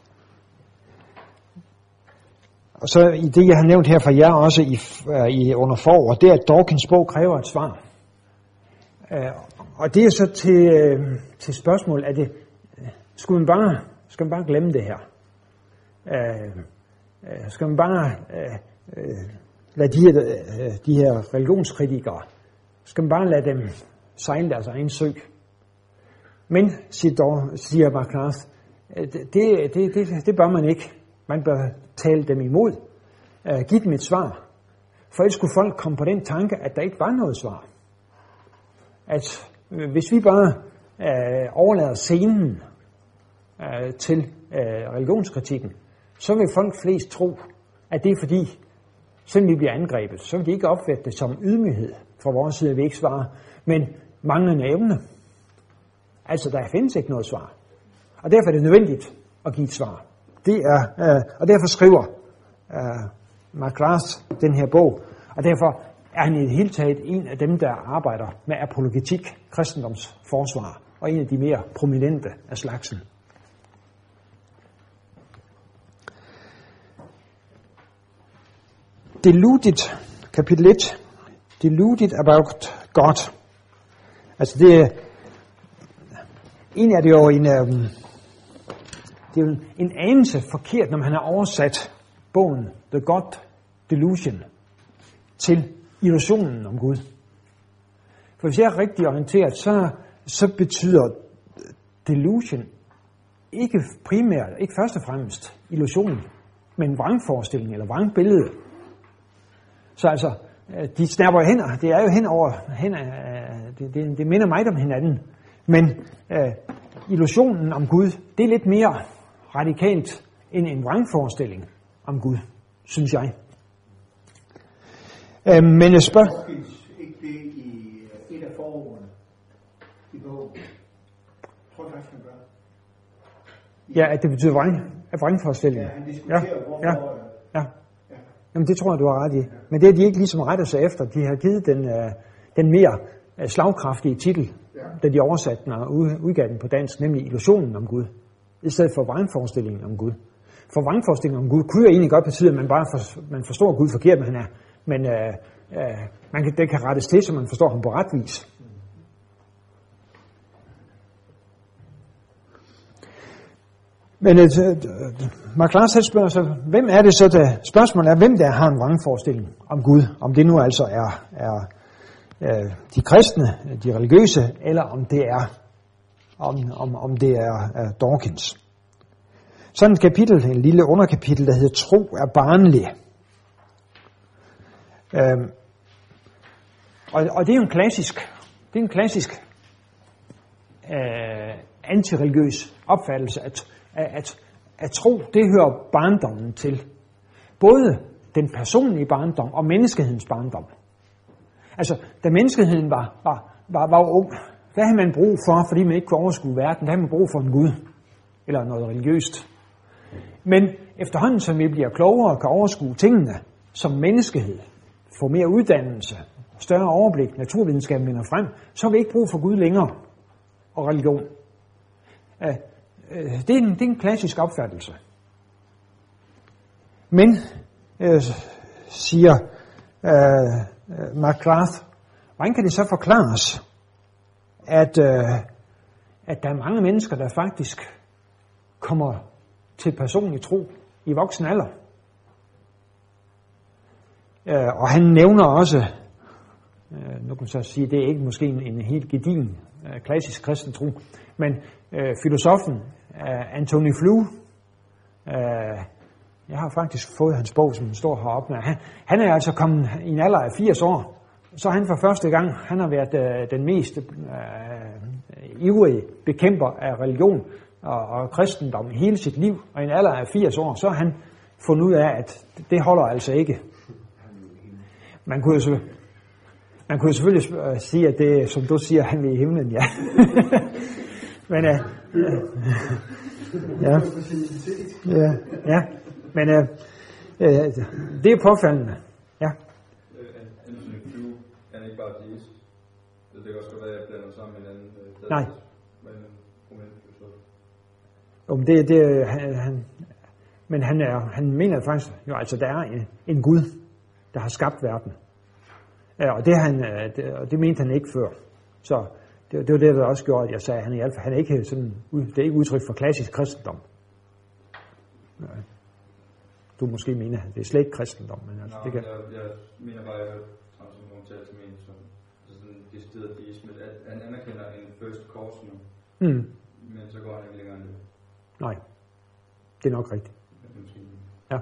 og så i det, jeg har nævnt her for jer også i, øh, i under forår, det er, at Dawkins bog kræver et svar. Øh, og det er så til, øh, til spørgsmål, er det, skulle man bare, skal man bare glemme det her? Øh, øh, skal man bare øh, øh, lade de her, øh, de her religionskritikere, skal man bare lade dem sejle deres egen sø? Men, siger, dog, siger McGrath, det, det, det, det bør man ikke. Man bør tale dem imod. Øh, giv dem et svar. For ellers skulle folk komme på den tanke, at der ikke var noget svar. At øh, hvis vi bare øh, overlader scenen øh, til øh, religionskritikken, så vil folk flest tro, at det er fordi, selvom vi bliver angrebet, så vil de ikke opfatte det som ydmyghed fra vores side, at vi ikke svarer, men manglende evne. Altså, der findes ikke noget svar. Og derfor er det nødvendigt at give et svar. Det er, øh, og derfor skriver øh, McGrath den her bog, og derfor er han i det hele taget en af dem, der arbejder med apologetik, kristendomsforsvar, og en af de mere prominente af slagsen. deluded, kapitel et, deluded about God. Altså det, egentlig er det jo en, um, det er jo en anelse forkert, når man har oversat bogen The God Delusion til illusionen om Gud. For hvis jeg er rigtig orienteret, så, så betyder delusion ikke primært, ikke først og fremmest illusion, men vrangforestilling eller vrangbillede. Så altså, de snapper jo hen, det er jo hen over, hen, det, det, det minder meget om hinanden. Men uh, illusionen om Gud, det er lidt mere radikalt end en vrangforestilling om Gud, synes jeg. Uh, men jeg spørger... Ikke det i et af forordene i bogen. Jeg tror faktisk, han gør. Ja, at det betyder vrang, at vrangforestilling. Ja, han diskuterer, ja, hvorfor... Ja, ja. Ja. Jamen det tror jeg, du har ret i. Men det er de ikke ligesom rettet sig efter. De har givet den, uh, den mere uh, slagkraftige titel, ja. Da de oversatte den og udgav den på dansk, nemlig illusionen om Gud, i stedet for vrangforestillingen om Gud. For vrangforestillingen om Gud kunne jo egentlig godt betyde, at man bare for, man forstår Gud forkert, men han er. Men uh, uh, man kan, det kan rettes til, så man forstår ham på ret vis. Men uh, Mark Lars spørger så, hvem er det så, der, spørgsmålet er, hvem der har en vrangforestilling om Gud, om det nu altså er, er uh, de kristne, de religiøse, eller om det er, om, om, om det er uh, Dawkins. Sådan et kapitel, en lille underkapitel, der hedder Tro er barnlig. Uh, og, og det er jo en klassisk, det er en klassisk uh, antireligiøs opfattelse, at At, at tro, det hører barndommen til. Både den personlige barndom og menneskehedens barndom. Altså, da menneskeheden var, var, var, var ung, hvad havde man brug for, fordi man ikke kunne overskue verden? Hvad havde man brug for en Gud? Eller noget religiøst? Men efterhånden, som vi bliver klogere og kan overskue tingene som menneskehed, får mere uddannelse, større overblik, naturvidenskaben vinder frem, så har vi ikke brug for Gud længere og religion. Det er, en, det er en klassisk opfattelse. Men, øh, siger øh, McGrath, hvordan kan det så forklares, at, øh, at der er mange mennesker, der faktisk kommer til personlig tro i voksen alder? Øh, og han nævner også, øh, nu kan man så sige, det er ikke måske en, en helt gedigen øh, klassisk kristen tro, men øh, filosofen Uh, Antony Flew, uh, jeg har faktisk fået hans bog, som står heroppe. Han, han er altså kommet i en alder af firs år, så han for første gang, han har været uh, den mest uh, ivrige bekæmper af religion og, og kristendom i hele sit liv, og i en alder af firs år, så har han fundet ud af, at det holder altså ikke. Man kunne jo, man kunne jo selvfølgelig sige, at det, som du siger, han vil i himlen, ja. Men uh, ja, ja, ja, men uh, uh, det er påfaldende, ja. Antony Flew, han er ikke bare deist. Det kan også godt være, at jeg blander sammen med en anden. Nej. Om det, det han, han, men han er, han mener faktisk, jo altså der er en, en Gud, der har skabt verden, ja, og det han, det, og det mente han ikke før, så. Det, det var det, der også gjorde, at jeg sagde, at han, i hvert fald, han er ikke sådan, det er ikke udtryk for klassisk kristendom. Nej. Du måske mener, at det er slet ikke kristendom. Men altså, Nå, det kan... jeg, jeg mener bare, at jeg har sådan nogle tal til min, som sådan de steder deisme, at han anerkender en first cause nu, mm. men så går han ikke længere end det. Nej, det er nok rigtigt. Ja.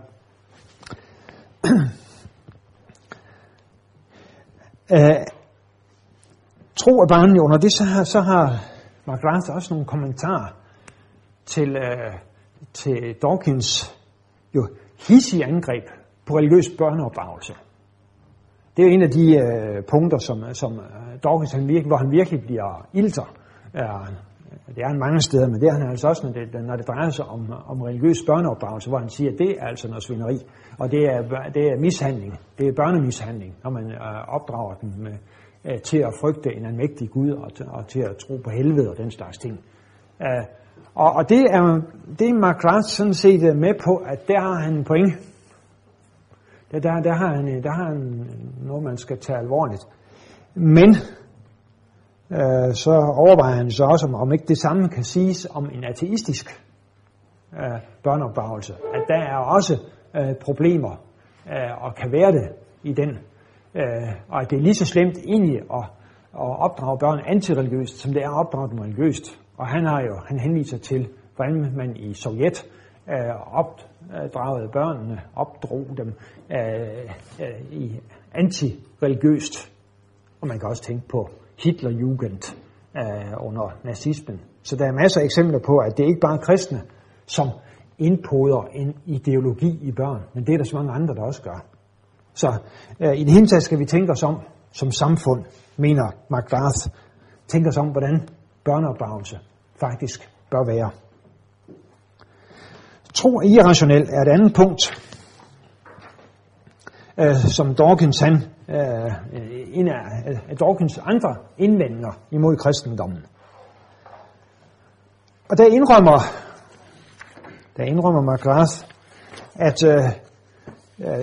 uh, Tro er barnlig. Under det så har, så har Mark Lars også nogle kommentarer til, øh, til Dawkins jo hissige angreb på religiøs børneopdragelse. Det er jo en af de øh, punkter, som, som Dawkins, han virkelig, hvor han virkelig bliver ilter. Øh, det er han mange steder, men det er han altså også, når det, når det drejer sig om, om religiøs børneopdragelse, hvor han siger, at det er altså noget svineri, og det er, det er mishandling, det er børnemishandling, når man øh, opdrager dem med til at frygte en almægtig Gud og, og til at tro på helvede og den slags ting. Uh, og, og det er det er Mark Lars sådan set med på, at der har han en point. Der, der, der, har han, der har han noget, man skal tage alvorligt. Men øh, så overvejer han så også, om, om ikke det samme kan siges om en ateistisk øh, børneopdragelse. At der er også øh, problemer, øh, og kan være det i den. Øh, og at det er lige så slemt egentlig at, at opdrage børn antireligiøst, som det er at opdrage dem religiøst. Og han har jo, han henviser til, hvordan man i Sovjet øh, opdragede børnene, opdrog dem øh, øh, i antireligiøst. Og man kan også tænke på Hitlerjugend øh, under nazismen. Så der er masser af eksempler på, at det ikke bare er kristne, som indpoder en ideologi i børn, men det er der så mange andre, der også gør. Så øh, i det hele taget skal vi tænke os om, som samfund, mener McGrath, tænke os om, hvordan børneopdragelse faktisk bør være. Tro er irrationel er et andet punkt, øh, som Dawkins, han, øh, en af, af Dawkins andre indvendinger imod kristendommen. Og der indrømmer, der indrømmer McGrath, at øh, øh,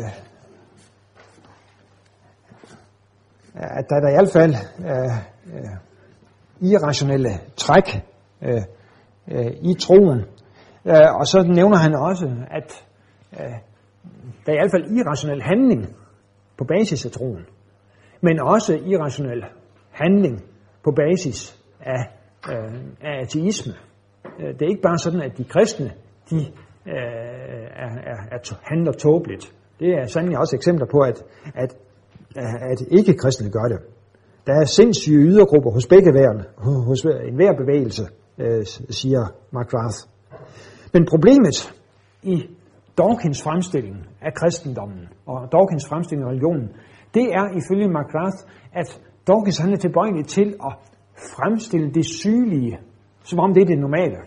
at der er der i hvert fald øh, øh, irrationelle træk øh, øh, i troen. Øh, og så nævner han også, at øh, der er i hvert fald irrationel handling på basis af troen, men også irrationel handling på basis af, øh, af ateisme. Det er ikke bare sådan, at de kristne de, øh, er, er, er, handler tåbeligt. Det er sandelig også eksempler på, at, at at ikke-kristne gør det. Der er sindssyge ydergrupper hos begge værende, hos enhver bevægelse, øh, siger McGrath. Men problemet i Dawkins fremstilling af kristendommen og Dawkins fremstilling af religionen, det er ifølge McGrath, at Dawkins han er tilbøjelig til at fremstille det sygelige, som om det er det normale.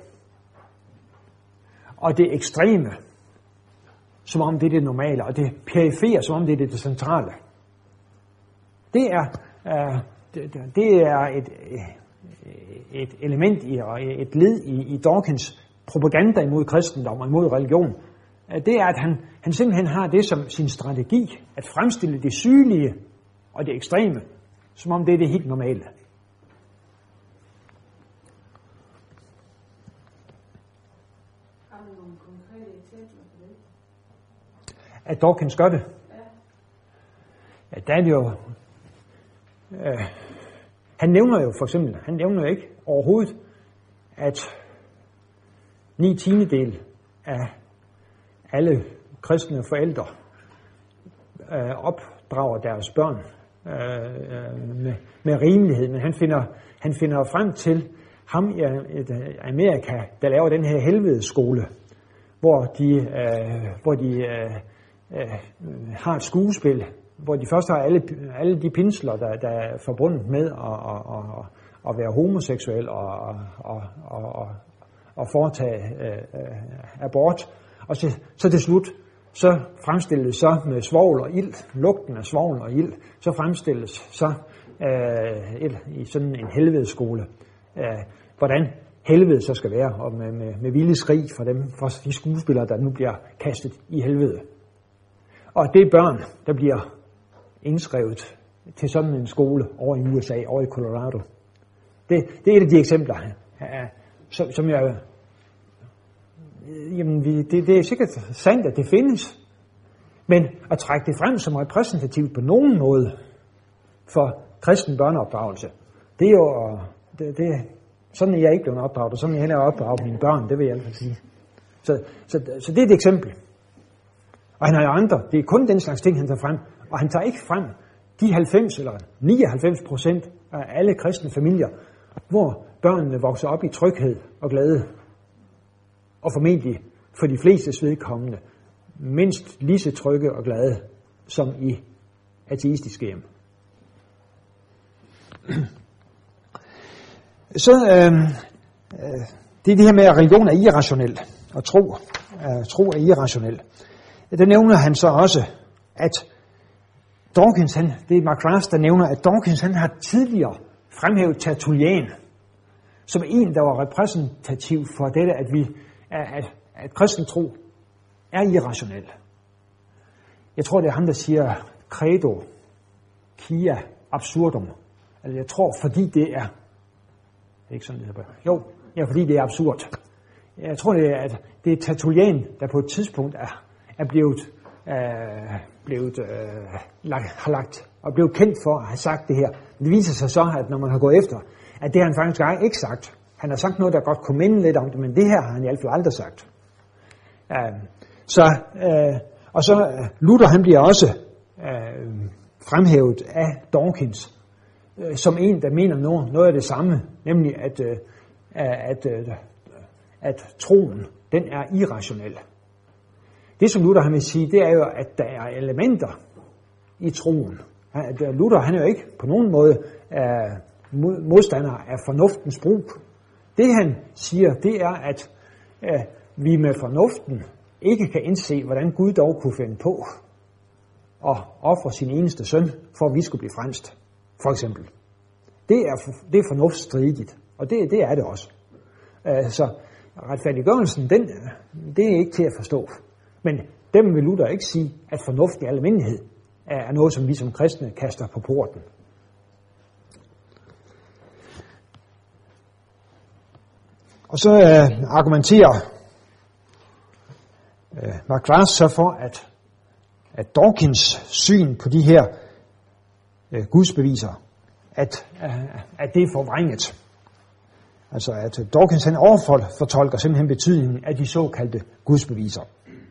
Og det ekstreme, som om det er det normale. Og det perifere, som om det er det centrale. Det er, uh, det, det er et, et element i, og et led i, i Dawkins propaganda imod kristendom og imod religion. Det er, at han, han simpelthen har det som sin strategi, at fremstille det sygelige og det ekstreme, som om det er det helt normale. Har du nogle konkrete eksempler på det? At Dawkins gør det? Ja. Ja, der er det jo... Øh, han nævner jo for eksempel, han nævner jo ikke overhovedet, at ni tiendedel af alle kristne forældre øh, opdrager deres børn øh, med, med rimelighed, men han finder, han finder frem til ham i Amerika, der laver den her helvedeskole, hvor de, øh, hvor de øh, øh, har et skuespil, hvor de først har alle, alle de pinsler, der, der er forbundet med at, at, at, at være homoseksuel og, og, og, og, og foretage øh, abort. Og så, så til slut, så fremstilles så med svovl og ild, lugten af svovl og ild, så fremstilles så øh, et, i sådan en helvedeskole, øh, hvordan helvede så skal være, og med, med, med vilde skrig for dem, for de skuespillere, der nu bliver kastet i helvede. Og det er børn, der bliver indskrevet til sådan en skole over i U S A, over i Colorado. Det, det er et af de eksempler, som, som jeg... Jamen, det, det er sikkert sandt, at det findes. Men at trække det frem som repræsentativt på nogen måde for kristen børneopdragelse, det er jo... Det, det, sådan er jeg ikke blevet opdraget, og sådan er jeg heller opdraget mine børn, det vil jeg i hvert fald sige. Så, så, så det er et eksempel. Og han har jo andre. Det er kun den slags ting, han tager frem. Og han tager ikke frem de halvfems eller nioghalvfems procent af alle kristne familier, hvor børnene vokser op i tryghed og glæde. Og formentlig for de flestes vedkommende mindst lige så trygge og glade som i ateistiske hjem. Så øh, øh, det er det her med, at religion er irrationel, og tro, øh, tro er irrationel. Der nævner han så også, at Dawkins, han, det er McGrath, der nævner, at Dawkins han har tidligere fremhævet Tertullian som en, der var repræsentativ for dette, at vi at, at kristen tro er irrationel. jeg tror, det er ham, der siger credo, quia absurdum. Altså, jeg tror, fordi det er, det er ikke sådan, det hedder. Jo, ja, fordi det er absurd. Jeg tror, det er, at det er Tertullian, der på et tidspunkt er, er blevet, øh, blevet øh, lagt, har lagt og blevet kendt for at have sagt det her. Men det viser sig så, at når man har gået efter, at det har han faktisk ikke sagt. Han har sagt noget, der godt kunne minde lidt om det, men det her har han i hvert fald aldrig sagt. Øh, så, øh, og så Luther, han bliver også øh, fremhævet af Dawkins, øh, som en, der mener noget, noget af det samme, nemlig at, øh, at, øh, at troen, den er irrationel. Det, som Luther han vil sige, det er jo, at der er elementer i troen. Luther, han er jo ikke på nogen måde øh, modstander af fornuftens brug. Det, han siger, det er, at øh, vi med fornuften ikke kan indse, hvordan Gud dog kunne finde på at ofre sin eneste søn, for at vi skulle blive frelst, for eksempel. Det er, det er fornuftsstridigt, og det, det er det også. Øh, så retfærdiggørelsen, den, det er ikke til at forstå. Men dem vil Luther ikke sige, at fornuft i almindelighed er noget, som vi som kristne kaster på porten. Og så øh, argumenterer øh, Mark Glass så for, at, at Dawkins syn på de her øh, gudsbeviser, at, øh, at det er forvrænget. Altså at Dawkins han overfortolker simpelthen betydningen af de såkaldte gudsbeviser.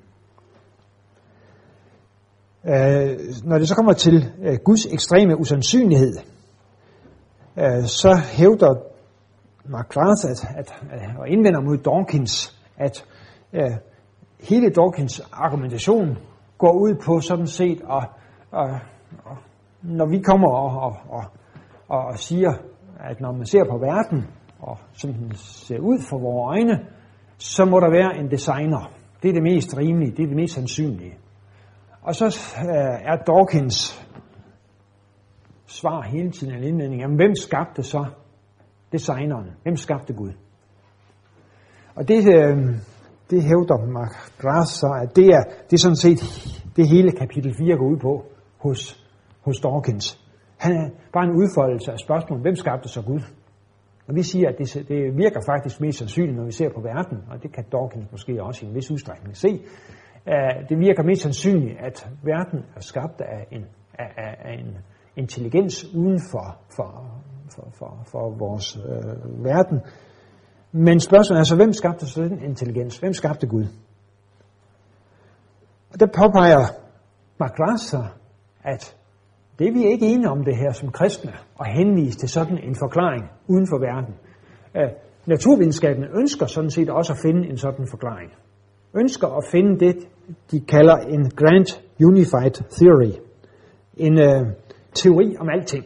Øh, når det så kommer til øh, Guds ekstreme usandsynlighed, øh, så hævder Mark Glass at, at, at, og indvender mod Dawkins, at øh, hele Dawkins argumentation går ud på sådan set, og, og, og når vi kommer og, og, og, og, og siger, at når man ser på verden, og som den ser ud for vores øjne, så må der være en designer. Det er det mest rimelige, det er det mest sandsynlige. Og så øh, er Dawkins svar hele tiden en indledning, jamen hvem skabte så designeren? Hvem skabte Gud? Og det, øh, det hævder Mark Glass så, at det er, det er sådan set det hele kapitel fire går ud på hos, hos Dawkins. Han er bare en udfoldelse af spørgsmålet, hvem skabte så Gud? Og vi siger, at det, det virker faktisk mest sandsynligt, når vi ser på verden, og det kan Dawkins måske også i en vis udstrækning se. Det virker mest sandsynligt, at verden er skabt af en, af, af en intelligens uden for, for, for, for, for vores øh, verden. Men spørgsmålet er så, hvem skabte så den intelligens? Hvem skabte Gud? Og der påpeger Mark Glass så, at det er vi ikke enige om det her som kristne, og henvise til sådan en forklaring uden for verden. Øh, naturvidenskaben ønsker sådan set også at finde en sådan forklaring. Ønsker at finde det, de kalder en Grand Unified Theory. En øh, teori om alting.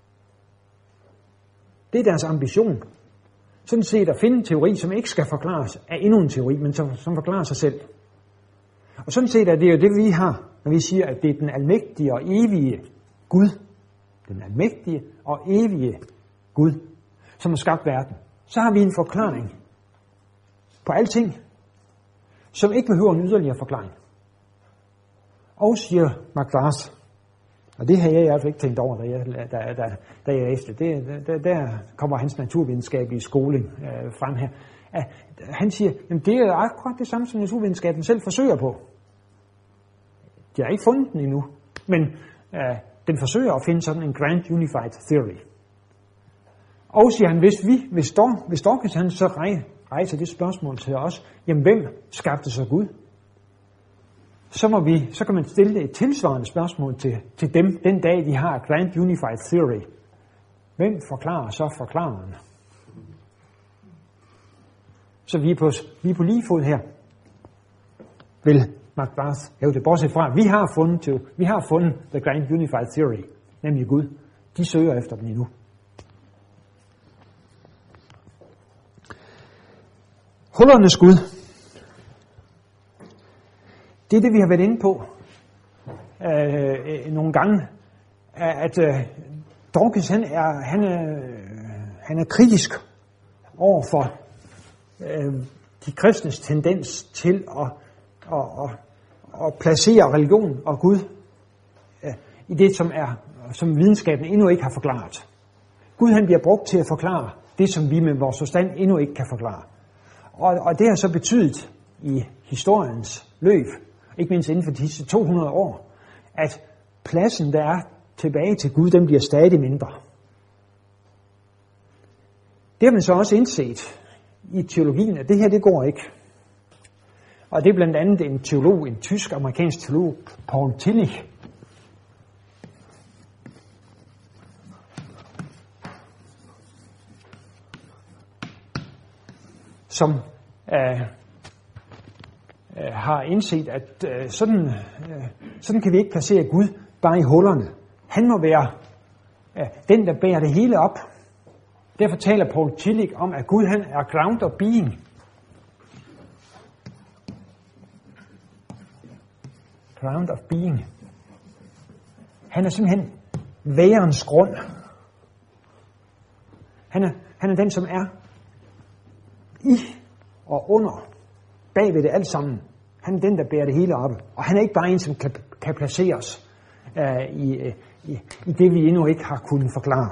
Det er deres ambition. Sådan set at finde en teori, som ikke skal forklares af endnu en teori, men som, som forklarer sig selv. Og sådan set er det jo det, vi har, når vi siger, at det er den almægtige og evige Gud. Den almægtige og evige Gud, som har skabt verden. Så har vi en forklaring på alting, som ikke behøver en yderligere forklaring. Og siger Mark Glass, og det har jeg i hvert fald ikke tænkt over, da jeg, da, da, da jeg efter. Det, der, der kommer hans naturvidenskabelige skoling øh, frem her. At han siger, at det er akkurat det samme, som naturvidenskaben selv forsøger på. De har ikke fundet den endnu, men øh, den forsøger at finde sådan en Grand Unified Theory. Og siger han, hvis vi, hvis, Dor, hvis Dawkins han så rejser det spørgsmål til os, jamen hvem skabte så Gud? Så, må vi, så kan man stille et tilsvarende spørgsmål til, til dem, den dag de har Grand Unified Theory. Hvem forklarer så forklareren? Så vi er på, vi er på lige fod her, vil Mark Glass hæve det. Bortset fra, vi har fundet, til, vi har fundet The Grand Unified Theory, nemlig Gud. De søger efter den endnu. Hullernes Gud. Det er det, vi har været inde på øh, nogle gange, at øh, Dawkins han er, han er, han er kritisk over for øh, de kristnes tendens til at, at, at, at placere religion og Gud øh, i det, som, er, som videnskaben endnu ikke har forklaret. Gud han bliver brugt til at forklare det, som vi med vores forstand endnu ikke kan forklare. Og, og det har så betydet i historiens løb, ikke mindst inden for de sidste to hundrede år, at pladsen, der er tilbage til Gud, den bliver stadig mindre. Det har man så også indset i teologien, at det her, det går ikke. Og det er blandt andet en teolog, en tysk-amerikansk teolog, Paul Tillich, som øh, øh, har indset, at øh, sådan, øh, sådan kan vi ikke placere Gud bare i hullerne. Han må være øh, den, der bærer det hele op. Derfor taler Paul Tillich om, at Gud han er ground of being. Ground of being. Han er simpelthen værens grund. Han er, han er den, som er i og under, bag ved det alt sammen. Han er den, der bærer det hele op. Og han er ikke bare en, som kan, kan placeres uh, i, uh, i, i det, vi endnu ikke har kunnet forklare.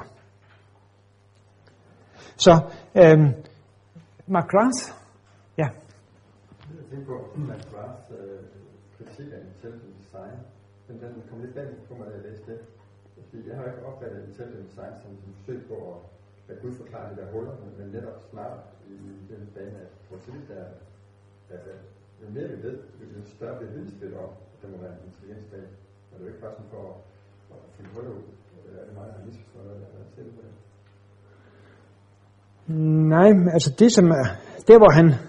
Så, øhm, McGrath, ja. Jeg tænker på, McGraths øh, kritik af intelligent design, men den kom lidt bag på mig, da jeg læste det. Fordi jeg har ikke opfattet intelligent design som et forsøg på at, at Gud forklare de der huller, men netop snart i den bane, at hvor tidligt der er, at jo mere vi ved, jo større bliver vidensbillede om, at der må være en intelligens bag. Og det er jo ikke bare sådan for at, at finde huller ud. Er det meget, der har misforstået, eller hvad siger du på det? Nej, altså det som er, der hvor han,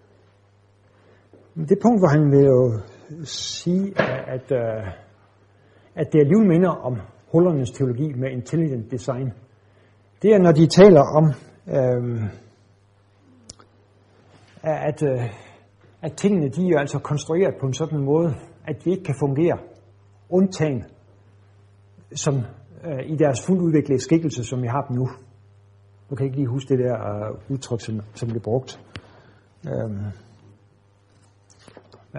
det punkt hvor han vil jo sige, at, at, at det alligevel minder om hullernes teologi med intelligent design, det er når de taler om, øhm, at, at tingene de er altså konstrueret på en sådan måde, at de ikke kan fungere undtagen som øh, i deres fuldt udviklede skikkelse, som vi har dem nu. Du kan ikke lige huske det der uh, udtryk, som, som blev brugt. Um, ja.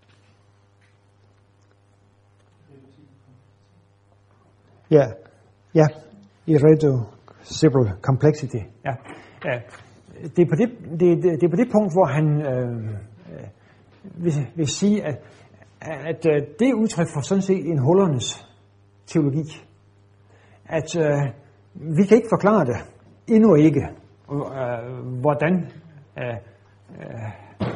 Ja, ja, irreducible complexity. Ja. Ja. Det, er på det, det, det er på det punkt, hvor han øh, vil, vil sige, at, at det er udtryk for sådan set en hullernes teologi. At øh, vi kan ikke forklare det. Endnu ikke, øh, hvordan øh, øh,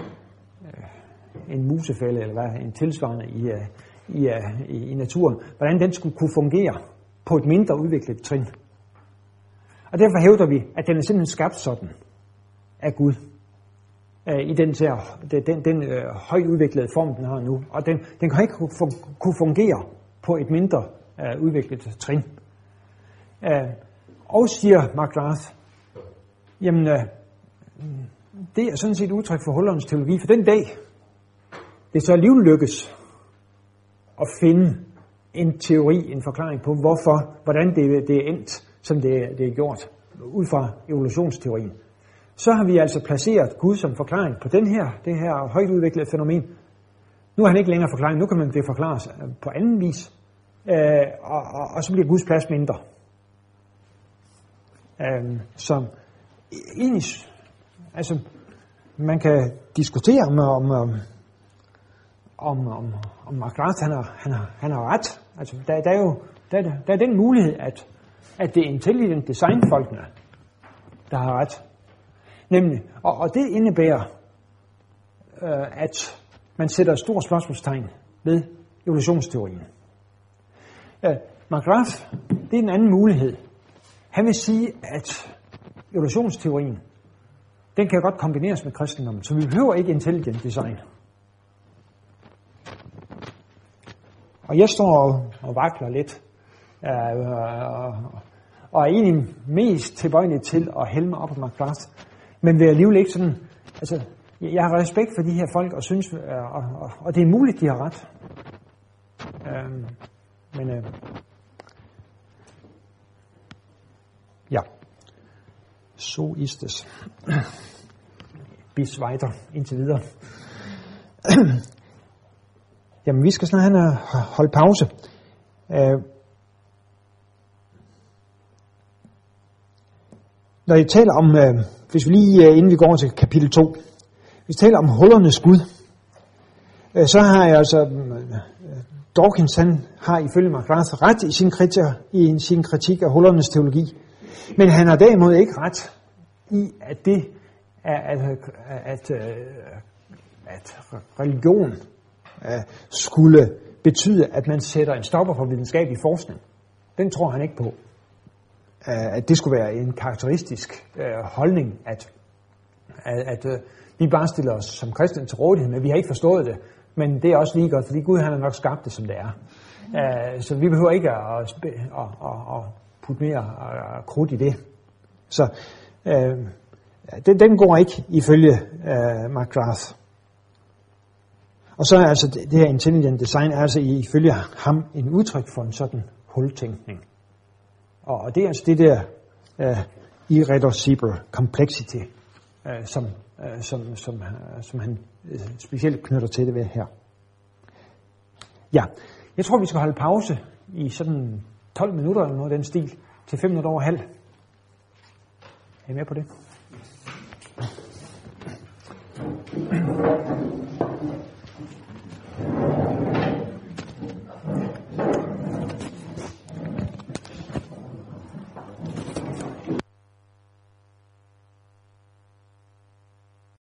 en musefælde, eller hvad, en tilsvarende i, øh, i, øh, i naturen, hvordan den skulle kunne fungere på et mindre udviklet trin. Og derfor hævder vi, at den er simpelthen skabt sådan af Gud, øh, i den, der, den, den øh, højt udviklede form, den har nu. Og den, den kan ikke kunne fungere på et mindre øh, udviklet trin. Øh, Og siger McGrath, jamen, øh, det er sådan set udtryk for hullernes teologi, for den dag, det så alligevel lykkes at finde en teori, en forklaring på, hvorfor, hvordan det, det er endt, som det, det er gjort, ud fra evolutionsteorien. Så har vi altså placeret Gud som forklaring på den her, det her højt udviklede fænomen. Nu er han ikke længere forklaring, nu kan man det forklares på anden vis, øh, og, og, og så bliver Guds plads mindre. Um, som egentlig, altså, man kan diskutere om, om, om, om, om McGrath, han har, han har, han har ret. Altså, der, der er jo der, der er den mulighed, at, at det er intelligent design-folkene, der har ret. Nemlig, og, og det indebærer, øh, at man sætter et stort spørgsmålstegn ved evolutionsteorien. Uh, McGrath, det er en anden mulighed. Han vil sige, at evolutionsteorien, den kan godt kombineres med kristendommen, så vi behøver ikke intelligent design. Og jeg står og, og vakler lidt, øh, og, og er egentlig mest tilbøjelig til at hælde mig op på McGrath, men vil alligevel ikke sådan, altså, jeg har respekt for de her folk, og synes, øh, og, og, og det er muligt, de har ret. Øh, men... Øh, Ja, so ist es. Bis weiter, indtil videre. Ja. Jamen, vi skal snart have holde pause. Uh, når I taler om, uh, hvis vi lige, uh, inden vi går over til kapitel to, hvis vi taler om hullernes Gud, uh, så har jeg altså, uh, Dawkins, han har ifølge McGrath ret i sin, kritik, i sin kritik af hullernes teologi, men han har derimod ikke ret i, at det er, at, at, at, at religion skulle betyde, at man sætter en stopper for videnskabelig forskning. Den tror han ikke på. At det skulle være en karakteristisk holdning, at, at, at vi bare stiller os som kristne til rådighed, men vi har ikke forstået det. Men det er også lige godt, fordi Gud han har nok skabt det, som det er. Så vi behøver ikke at, at, at, at putte mere krudt i det. Så den, den går ikke ifølge McGrath. Og så er altså det her intelligent design er altså ifølge ham en udtryk for en sådan hultænkning. Og det er altså det der uh, irreducible complexity, uh, som, uh, som, som, uh, som han uh, specielt knytter til det ved her. Ja, jeg tror vi skal holde pause i sådan tolv minutter eller noget af den stil til fem minutter over halv. Er I med på det?